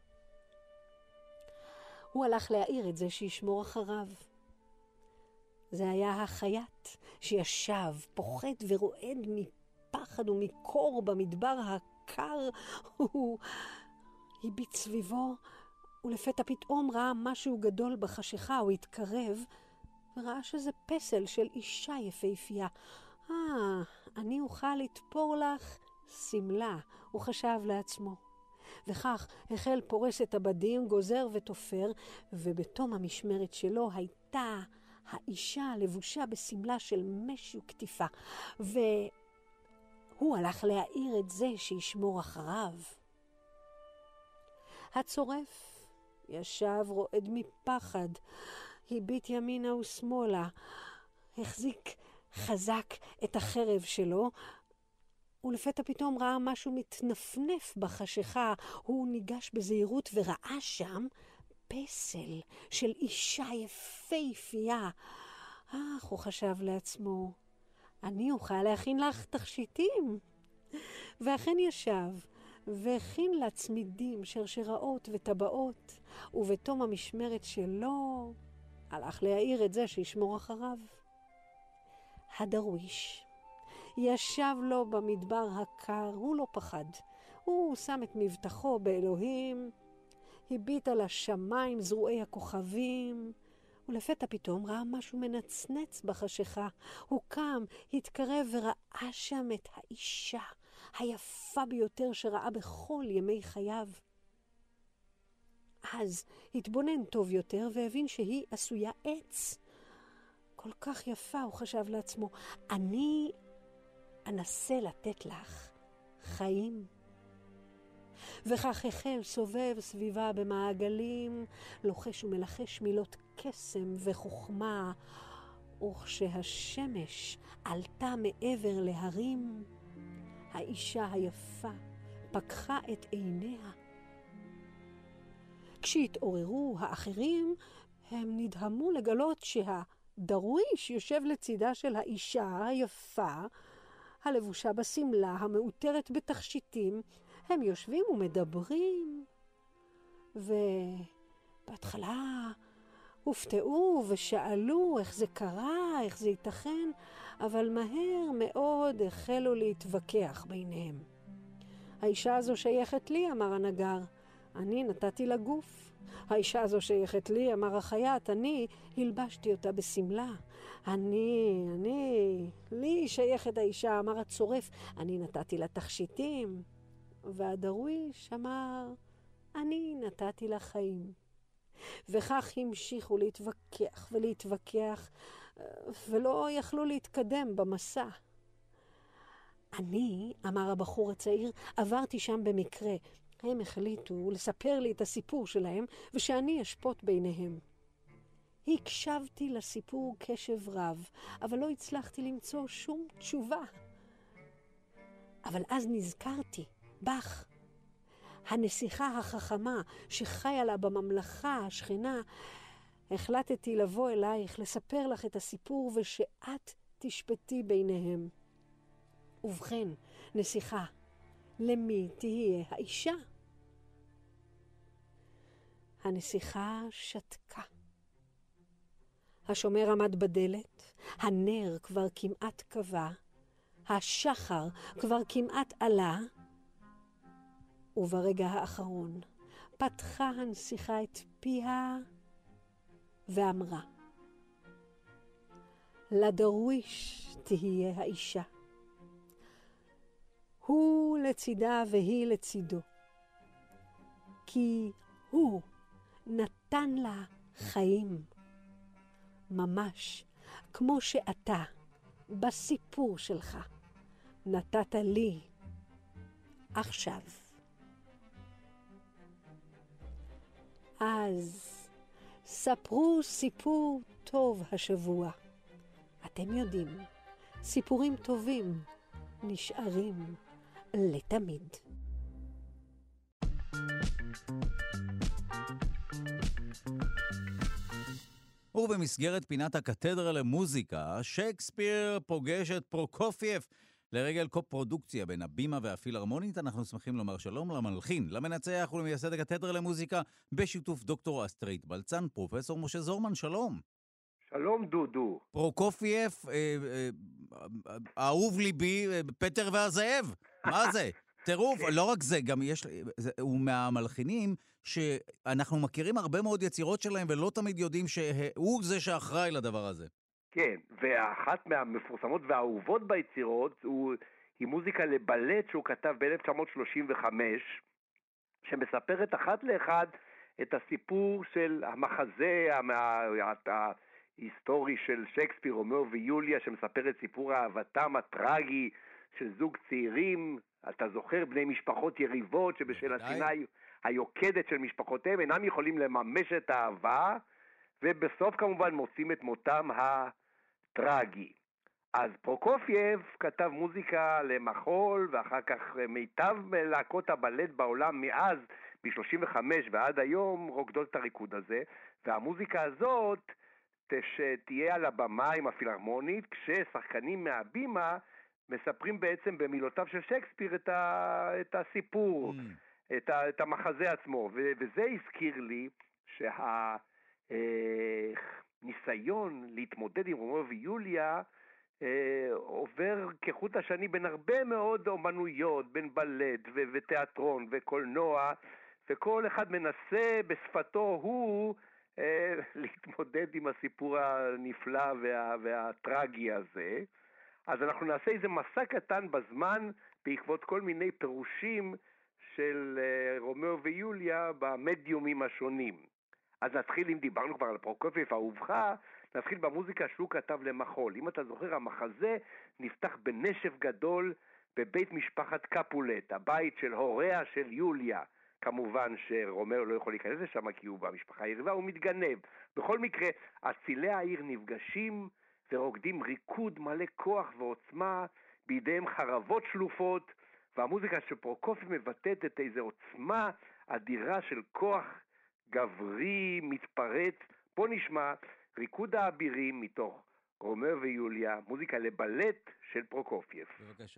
הוא הלך להעיר את זה שישמור אחריו. זה היה החייט שישב, פוחד ורועד מפחד ומקור במדבר הקר. הוא הביט סביבו, ולפתע פתאום ראה משהו גדול בחשיכה. הוא התקרב וראה שזה פסל של אישה יפהפייה. אני אוכל לתפור לך סמלה, הוא חשב לעצמו. וכך החל פורס את הבדים, גוזר ותופר, ובתום המשמרת שלו הייתה האישה לבושה בסמלה של משו כתיפה, והוא הלך להעיר את זה שישמור אחריו. הצורף ישב רועד מפחד, הביט ימינה ושמאלה, החזיק חזק את החרב שלו, ולפתע פתאום ראה משהו מתנפנף בחשיכה. הוא ניגש בזהירות וראה שם פסל של אישה יפהפייה. הוא חשב לעצמו, אני אוכל להכין לך תכשיטים. ואכן ישב והכין לה צמידים, שרשראות וטבעות, ובתום המשמרת שלו הלך להעיר את זה שישמור אחריו. הדרוויש ישב לו במדבר הקר, הוא לא פחד. הוא שם את מבטחו באלוהים, הביט על השמיים זרועי הכוכבים, ולפתע פתאום ראה משהו מנצנץ בחשיכה. הוא קם, התקרב וראה שם את האישה היפה ביותר שראה בכל ימי חייו. אז התבונן טוב יותר והבין שהיא עשויה עץ. כל כך יפה, הוא חשב לעצמו, אני אנסה לתת לך חיים. וכך החל סובב סביבה במעגלים, לוחש ומלחש מילות קסם וחוכמה, וכשהשמש עלתה מעבר להרים, האישה היפה פקחה את עיניה. כשהתעוררו האחרים, הם נדהמו לגלות שהדרוויש יושב לצידה של האישה היפה, הלבושה בסמלה, המעוטרת בתכשיטים. הם יושבים ומדברים, ובהתחלה הופתעו ושאלו איך זה קרה, איך זה ייתכן, אבל מהר מאוד החלו להתווכח ביניהם. האישה הזו שייכת לי, אמר הנגר, אני נתתי לה גוף. האישה הזו שייכת לי, אמר החייט, אני הלבשתי אותה בסמלה. לי שייכת האישה, אמר הצורף, אני נתתי לה תכשיטים. והדרוויש אמר, אני נתתי לה חיים. וכך המשיכו להתווכח ולהתווכח, ולא יכלו להתקדם במסע. אני, אמר הבחור הצעיר, עברתי שם במקרה. הם החליטו לספר לי את הסיפור שלהם, ושאני אשפוט ביניהם. הקשבתי לסיפור קשב רב, אבל לא הצלחתי למצוא שום תשובה. אבל אז נזכרתי בך, הנסיכה החכמה שחיה לה בממלכה השכנה. החלטתי לבוא אלייך, לספר לך את הסיפור ושאת תשפטי ביניהם. ובכן, נסיכה, למי תהיה האישה? הנסיכה שתקה. השומר עמד בדלת, הנר כבר כמעט קבע, השחר כבר כמעט עלה, וברגע האחרון פתחה הנסיכה את פיה ואמרה, לדרוויש תהיה האישה. הוא לצידה והיא לצידו, כי הוא נתן לה חיים, ממש כמו שאתה בסיפור שלך נתת לי עכשיו. אז ספרו סיפור טוב השבוע. אתם יודעים, סיפורים טובים נשארים לתמיד. ובמסגרת פינת הקתדרה למוזיקה, שייקספיר פוגש את פרוקופייב. לרגל קופ-פרודוקציה בין הבימה והפילהרמונית, אנחנו שמחים לומר שלום למלחין, למנצח ולמייסד הקתדרה למוזיקה, בשיתוף דוקטור אסטרית בלצן, פרופסור משה זורמן, שלום. שלום דודו. פרוקופייב, אהוב ליבי, פטר והזאב, מה זה? טירוף, לא רק זה, גם הוא מהמלחינים שאנחנו מכירים הרבה מאוד יצירות שלהם ולא תמיד יודעים שהוא זה שאחראי לדבר הזה. כן, ואחת מהמפורסמות והאהובות ביצירות היא מוזיקה לבלט שהוא כתב ב-1935, שמספרת אחת לאחד את הסיפור של המחזה ההיסטורי של שייקספיר, רומאו ויוליה, שמספר את סיפור אהבתם הטרגי של זוג צעירים, אתה זוכר בני משפחות יריבות שבשל השנאה היוקדת של משפחותיהם אינם יכולים לממש את האהבה, ובסוף כמובן מוצאים את מותם הטרגי. אז פרוקופייב כתב מוזיקה למחול, ואחר כך מיטב להקות הבלט בעולם מאז, ב-35 ועד היום, רוקדות את הריקוד הזה, והמוזיקה הזאת תהיה על הבמה עם הפילהרמונית, כששחקנים מהבימה מספרים בעצם במילותיו של שייקספיר את הסיפור, את המחזה עצמו, וזה הזכיר לי שהניסיון להתמודד עם רומאו ויוליה עובר כחוט השני בין הרבה מאוד אומנויות, בין בלט ותיאטרון וקולנוע, וכל אחד מנסה בשפתו הוא להתמודד עם הסיפור הנפלא והטרגי הזה. אז אנחנו נעשה איזה מסע קטן בזמן בעקבות כל מיני פירושים של רומאו ויוליה במדיומים השונים. אז נתחיל, אם דיברנו כבר על פרוקופייב אהובך, נתחיל במוזיקה שהוא כתב למחול. אם אתה זוכר, המחזה נפתח בנשף גדול בבית משפחת קפולט, הבית של הוריה של יוליה. כמובן שרומאו לא יכול להיכנס לשם כי הוא במשפחה היריבה, הוא מתגנב. בכל מקרה, אצילי העיר נפגשים ורוקדים ריקוד מלא כוח ועוצמה, בידיהם חרבות שלופות, והמוזיקה של פרוקופייב מבטאת את איזו עוצמה אדירה של כוח גברי מתפרץ. בוא נשמע ריקוד האבירים מתוך רומאו ויוליה, מוזיקה לבלט של פרוקופייב. בבקשה.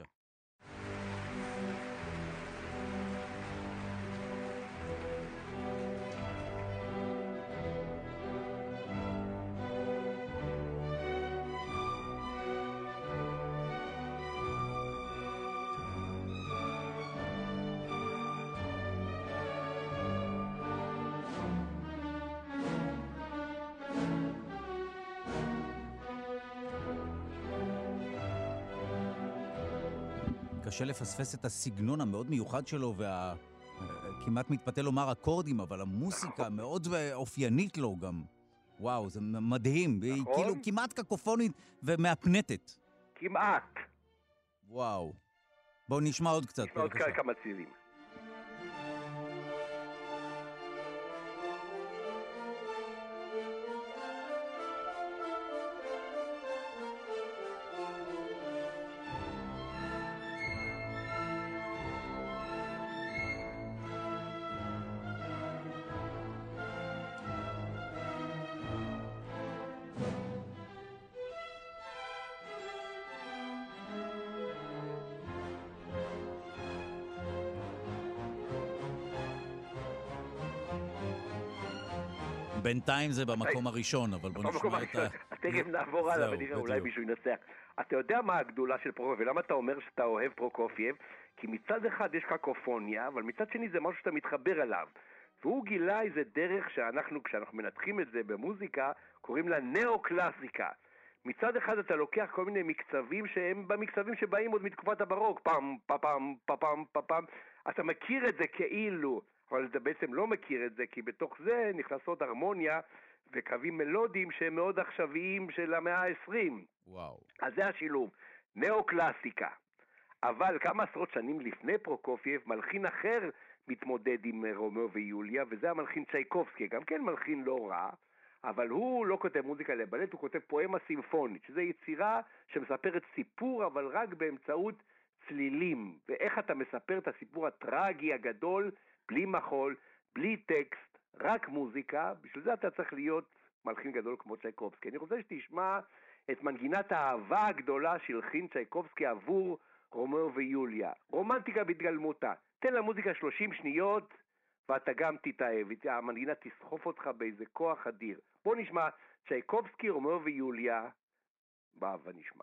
קשה לפספס את הסגנון המאוד מיוחד שלו, כמעט מתפתה לומר אקורדים, אבל המוסיקה מאוד אופיינית לו גם. וואו, זה מדהים. והיא כאילו כמעט קקופונית ומאפנטת. כמעט. וואו. בואו נשמע עוד קצת. נשמע עוד כמה צילים. בינתיים זה במקום הראשון, אבל בוא נשמע את תכף נעבור הלאה ונראה, אולי מישהו ינצח. אתה יודע מה הגדולה של פרוקופייב, ולמה אתה אומר שאתה אוהב פרוקופייב? כי מצד אחד יש קקופוניה, אבל מצד שני זה משהו שאתה מתחבר אליו. והוא גילה איזה דרך שאנחנו, כשאנחנו מנתחים את זה במוזיקה, קוראים לה נאו-קלאסיקה. מצד אחד אתה לוקח כל מיני מקצבים שהם במקצבים שבאים עוד מתקופת הברוק, פם, פם, פם, פם, אתה מכיר את זה כאילו, אבל אתה בעצם לא מכיר את זה, כי בתוך זה נכנסות הרמוניה וקווים מלודיים שהם מאוד עכשוויים של המאה ה-20. וואו. אז זה השילוב, נאו-קלאסיקה. אבל כמה עשרות שנים לפני פרוקופייב, מלחין אחר מתמודד עם רומאו ויוליה, וזה המלחין צ'ייקובסקי, גם כן מלחין לא רע, אבל הוא לא כותב מוזיקה לבלט, הוא כותב פואמה סימפונית, שזו יצירה שמספרת סיפור, אבל רק באמצעות צלילים. ואיך אתה מספר את הסיפור הטרגי הגדול, בלי מחול, בלי טקסט, רק מוזיקה. בשביל זה אתה צריך להיות מלחין גדול כמו צ'ייקובסקי. אני רוצה שתשמע את מנגינת האהבה הגדולה שהלחין צ'ייקובסקי עבור רומאו ויוליה. רומנטיקה בהתגלמותה. תן למוזיקה 30 שניות ואתה גם תתאהב. המנגינה תסחוף אותך באיזה כוח אדיר. בוא נשמע צ'ייקובסקי, רומאו ויוליה. בא ונשמע.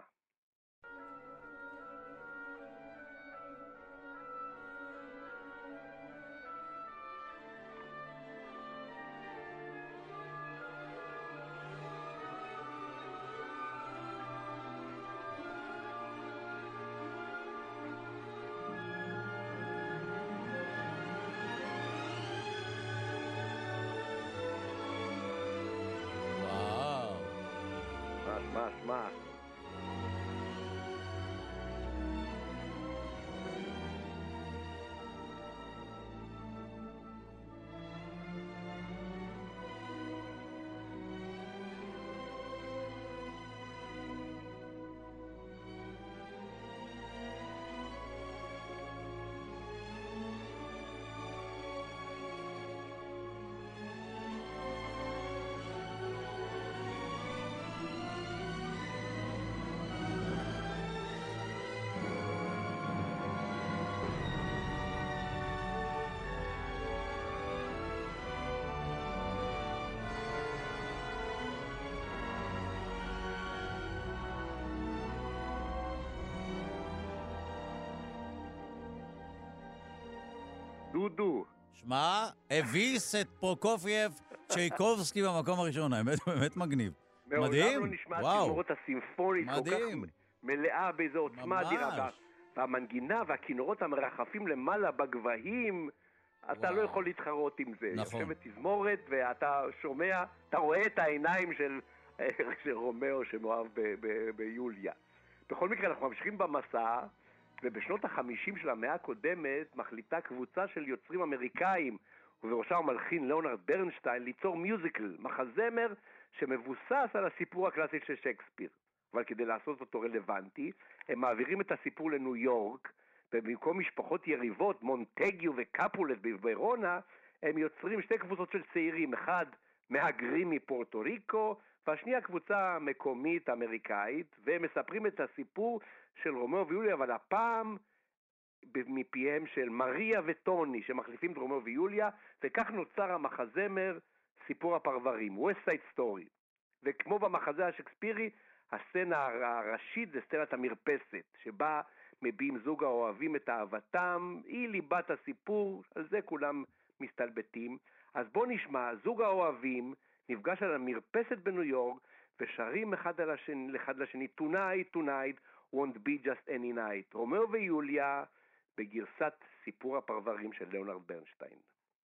דודו. שמע, הביס את פרוקופייב, צ'ייקובסקי במקום הראשון, האמת באמת מגניב. מדהים, מעולם לא נשמע התזמורת הסימפונית כל כך מלאה באיזו עוצמה אדירה. והמנגינה והכינורות המרחפים למעלה בגבהים, אתה לא יכול להתחרות עם זה. נכון. יושבת תזמורת ואתה שומע, אתה רואה את העיניים של רומאו שמואב ביוליה. בכל מקרה אנחנו ממשיכים במסע, ובשנות ה-50 של המאה הקודמת מחליטה קבוצה של יוצרים אמריקאים, ובראשם המלחין ליאונרד ברנשטיין, ליצור מיוזיקל, מחזמר שמבוסס על הסיפור הקלאסי של שייקספיר. אבל כדי לעשות אותו רלוונטי, הם מעבירים את הסיפור לניו יורק, ובמקום משפחות יריבות, מונטגיו וקפולט בוורונה, הם יוצרים שתי קבוצות של צעירים, אחד מהגרים מפורטו ריקו, והשנייה קבוצה מקומית אמריקאית, והם מספרים את הסיפור של רומאו ויוליה, אבל הפעם מפיהם של מריה וטוני, שמחליפים את רומאו ויוליה, וכך נוצר המחזמר סיפור הפרברים, West Side Story. וכמו במחזה השקספירי, הסצנה הראשית זה סצנת המרפסת, שבה מביעים זוג האוהבים את אהבתם, היא ליבת הסיפור, על זה כולם מסתלבטים. אז בוא נשמע, זוג האוהבים נפגש על המרפסת בניו יורק, ושרים אחד לשני, Tonight, Tonight, won't be just any night. רומאו ויוליה, בגרסת סיפור הפרברים של ליאונרד ברנשטיין.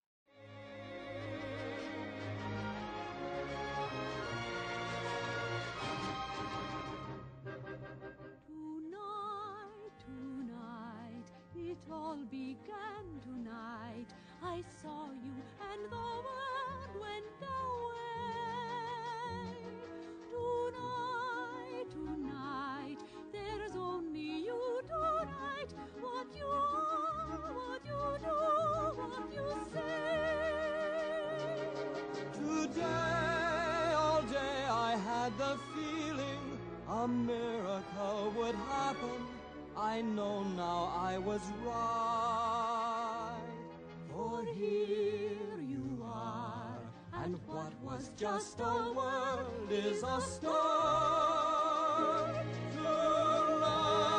It all began tonight. I saw you and the world went away. Tonight, tonight, there's only you tonight. What you are, what you do, what you say. Today, all day I had the feeling a miracle would happen. I know now I was right, for here you are, and what was just a world is a star tonight.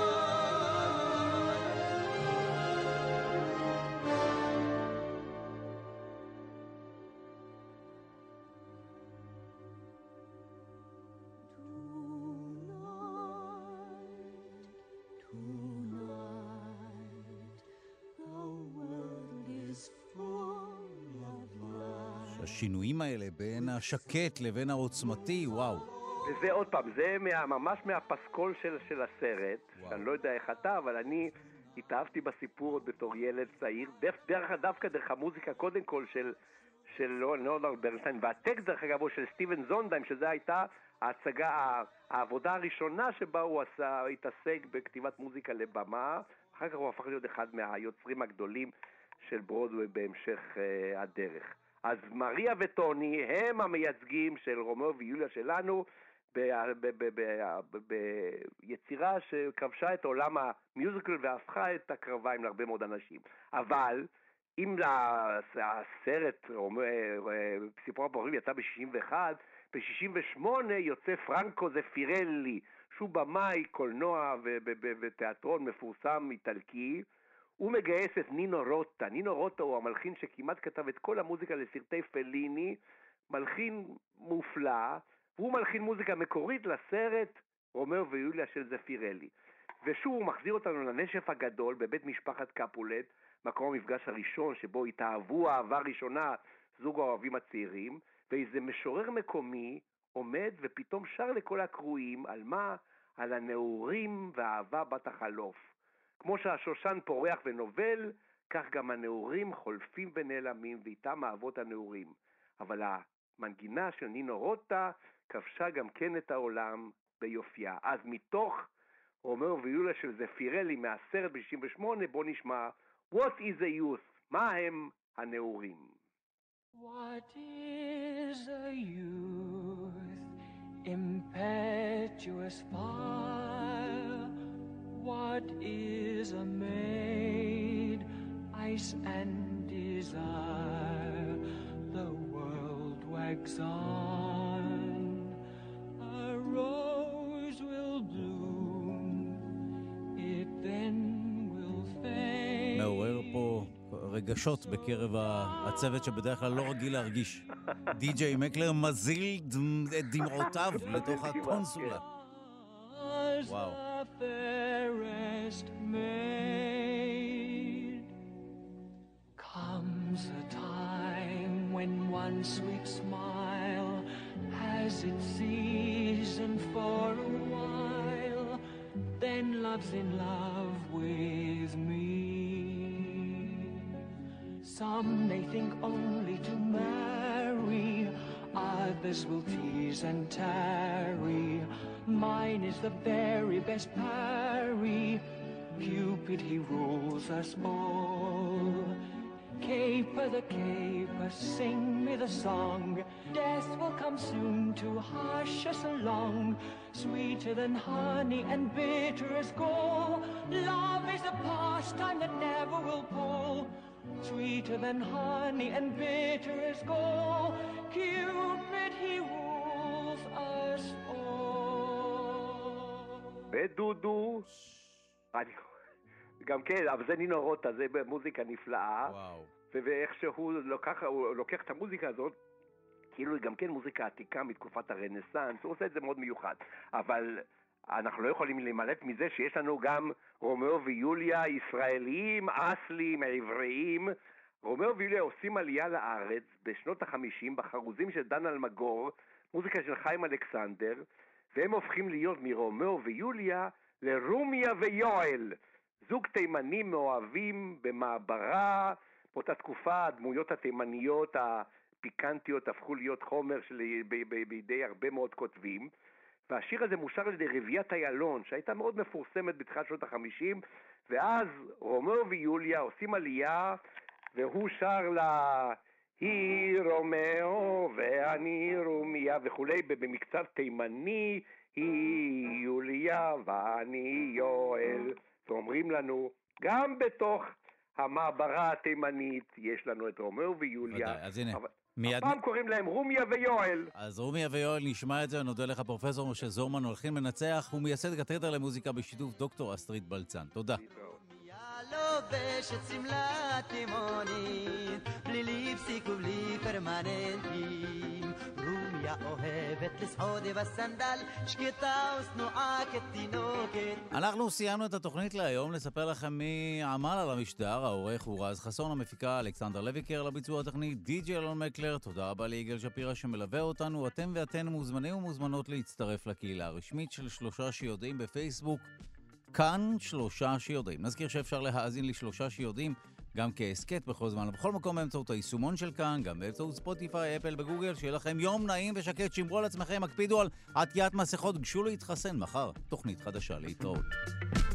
השינויים האלה בין השקט לבין העוצמתי, וואו. וזה עוד פעם, זה ממש מהפסקול של הסרט, שאני לא יודע איך אתה, אבל אני התאהבתי בסיפור עוד בתור ילד צעיר, דווקא דרך המוזיקה קודם כל של ליאונרד ברנשטיין, והטקסט דרך אגב הוא של סטיבן זונדהיים, שזה הייתה ההצגה, העבודה הראשונה שבה הוא התעסק בכתיבת מוזיקה לבמה, אחר כך הוא הפך להיות אחד מהיוצרים הגדולים של ברודווי בהמשך הדרך. אז מריה וטוני הם המייצגים של רומאו ויוליה שלנו ביצירה שכבשה את עולם המיוזיקל והפכה את הקרביים להרבה מאוד אנשים. אבל אם הסרט סיפור הפרברים יצא ב-61, ב-68 יוצא פרנקו זפירלי, שהוא במאי קולנוע ותיאטרון מפורסם איטלקי. הוא מגייס את נינו רוטה. נינו רוטה הוא המלחין שכמעט כתב את כל המוזיקה לסרטי פליני, מלחין מופלא, והוא מלחין מוזיקה מקורית לסרט רומאו ויוליה של זפירלי. ושוב הוא מחזיר אותנו לנשף הגדול בבית משפחת קפולט, מקום המפגש הראשון שבו התאהבו אהבה ראשונה זוג האוהבים הצעירים, ואיזה משורר מקומי עומד ופתאום שר לכל הקרואים על מה? על הנעורים והאהבה בת החלוף. כמו שהשושן פורח ונובל, כך גם הנעורים חולפים ונעלמים, ואיתם אהבות הנעורים. אבל המנגינה של נינו רוטה כבשה גם כן את העולם ביופייה. אז מתוך רומאו ויוליה של זפירלי מהסרט ב-68, בוא נשמע What is a youth? מה הם הנעורים? What is a youth? Impetuous fire. What is a maid? Ice and desire. The world wags on. A rose will bloom. It then will fade. מעורר פה הרגשות בקרב הצוות שבדרך כלל לא רגיל להרגיש. די.ג'יי מקלר מזיל את דמעותיו לתוך הקונסולה. וואו. Comes a time when one sweet smile has its season for a while, then love's in love with me. Some may think only to marry, others will tease and tarry. Mine is the very best parry. Cupid, he rules us all. Caper the caper, sing me the song. Death will come soon to hush us along. Sweeter than honey and bitter as gall. Love is a pastime that never will pall. Sweeter than honey and bitter as gall. Cupid, he rules us all. ודודו, גם כן, אבל זה נינו רוטה, זה מוזיקה נפלאה. וואו. ואיך שהוא לוקח את המוזיקה הזאת, כאילו היא גם כן מוזיקה עתיקה מתקופת הרנסנס, הוא עושה את זה מאוד מיוחד. אבל אנחנו לא יכולים להימלט מזה שיש לנו גם רומאו ויוליה ישראליים, אסלים, עבריים. רומאו ויוליה עושים עלייה לארץ בשנות ה-50 בחרוזים של דן אלמגור, מוזיקה של חיים אלכסנדר, והם הופכים להיות מרומאו ויוליה לרומיה ויואל. זוג תימנים מאוהבים במעברה. באותה תקופה הדמויות התימניות הפיקנטיות הפכו להיות חומר בידי הרבה מאוד כותבים, והשיר הזה מושר על ידי רביית איילון שהייתה מאוד מפורסמת בתחילת שנות ה-50, ואז רומאו ויוליה עושים עלייה והוא שר לה היא רומאו ואני רומיה וכולי במקצב תימני, היא יוליה ואני יואל. ואומרים לנו, גם בתוך המעברה התימנית יש לנו את רומאו ויוליה. ודאי, אז הנה. הפעם קוראים להם רומיה ויואל. אז רומיה ויואל, נשמע את זה, נודה לך פרופסור משה זורמן, הולכים לנצח, הוא מייסד קתדרה למוזיקה בשיתוף דוקטור אסטרית בלצן. תודה. לובשת שמלה תימונית, בלי ליפסיק ובלי פרמננטים. רומיה אוהבת לסחוד בסנדל, שקטה וסנועה כתינוקת. אנחנו סיימנו את התוכנית להיום, לספר לכם מי עמל על המשדר. העורך הוא רז חסון, המפיקה אלכסנדר לויקר, לביצוע התוכנית די.ג'יי אלון מקלר. תודה רבה ליגאל שפירא שמלווה אותנו. אתם ואתן מוזמנים ומוזמנות להצטרף לקהילה הרשמית של 3 שיודעים בפייסבוק. כאן 3 שיודעים. נזכיר שאפשר להאזין ל3 שיודעים גם כעסקט בכל זמן ובכל מקום באמצעות היישומון של כאן, גם באמצעות ספוטיפיי, אפל וגוגל. שיהיה לכם יום נעים ושקט, שמרו על עצמכם, הקפידו על עטיית מסכות, גשו להתחסן. מחר תוכנית חדשה, להתראות.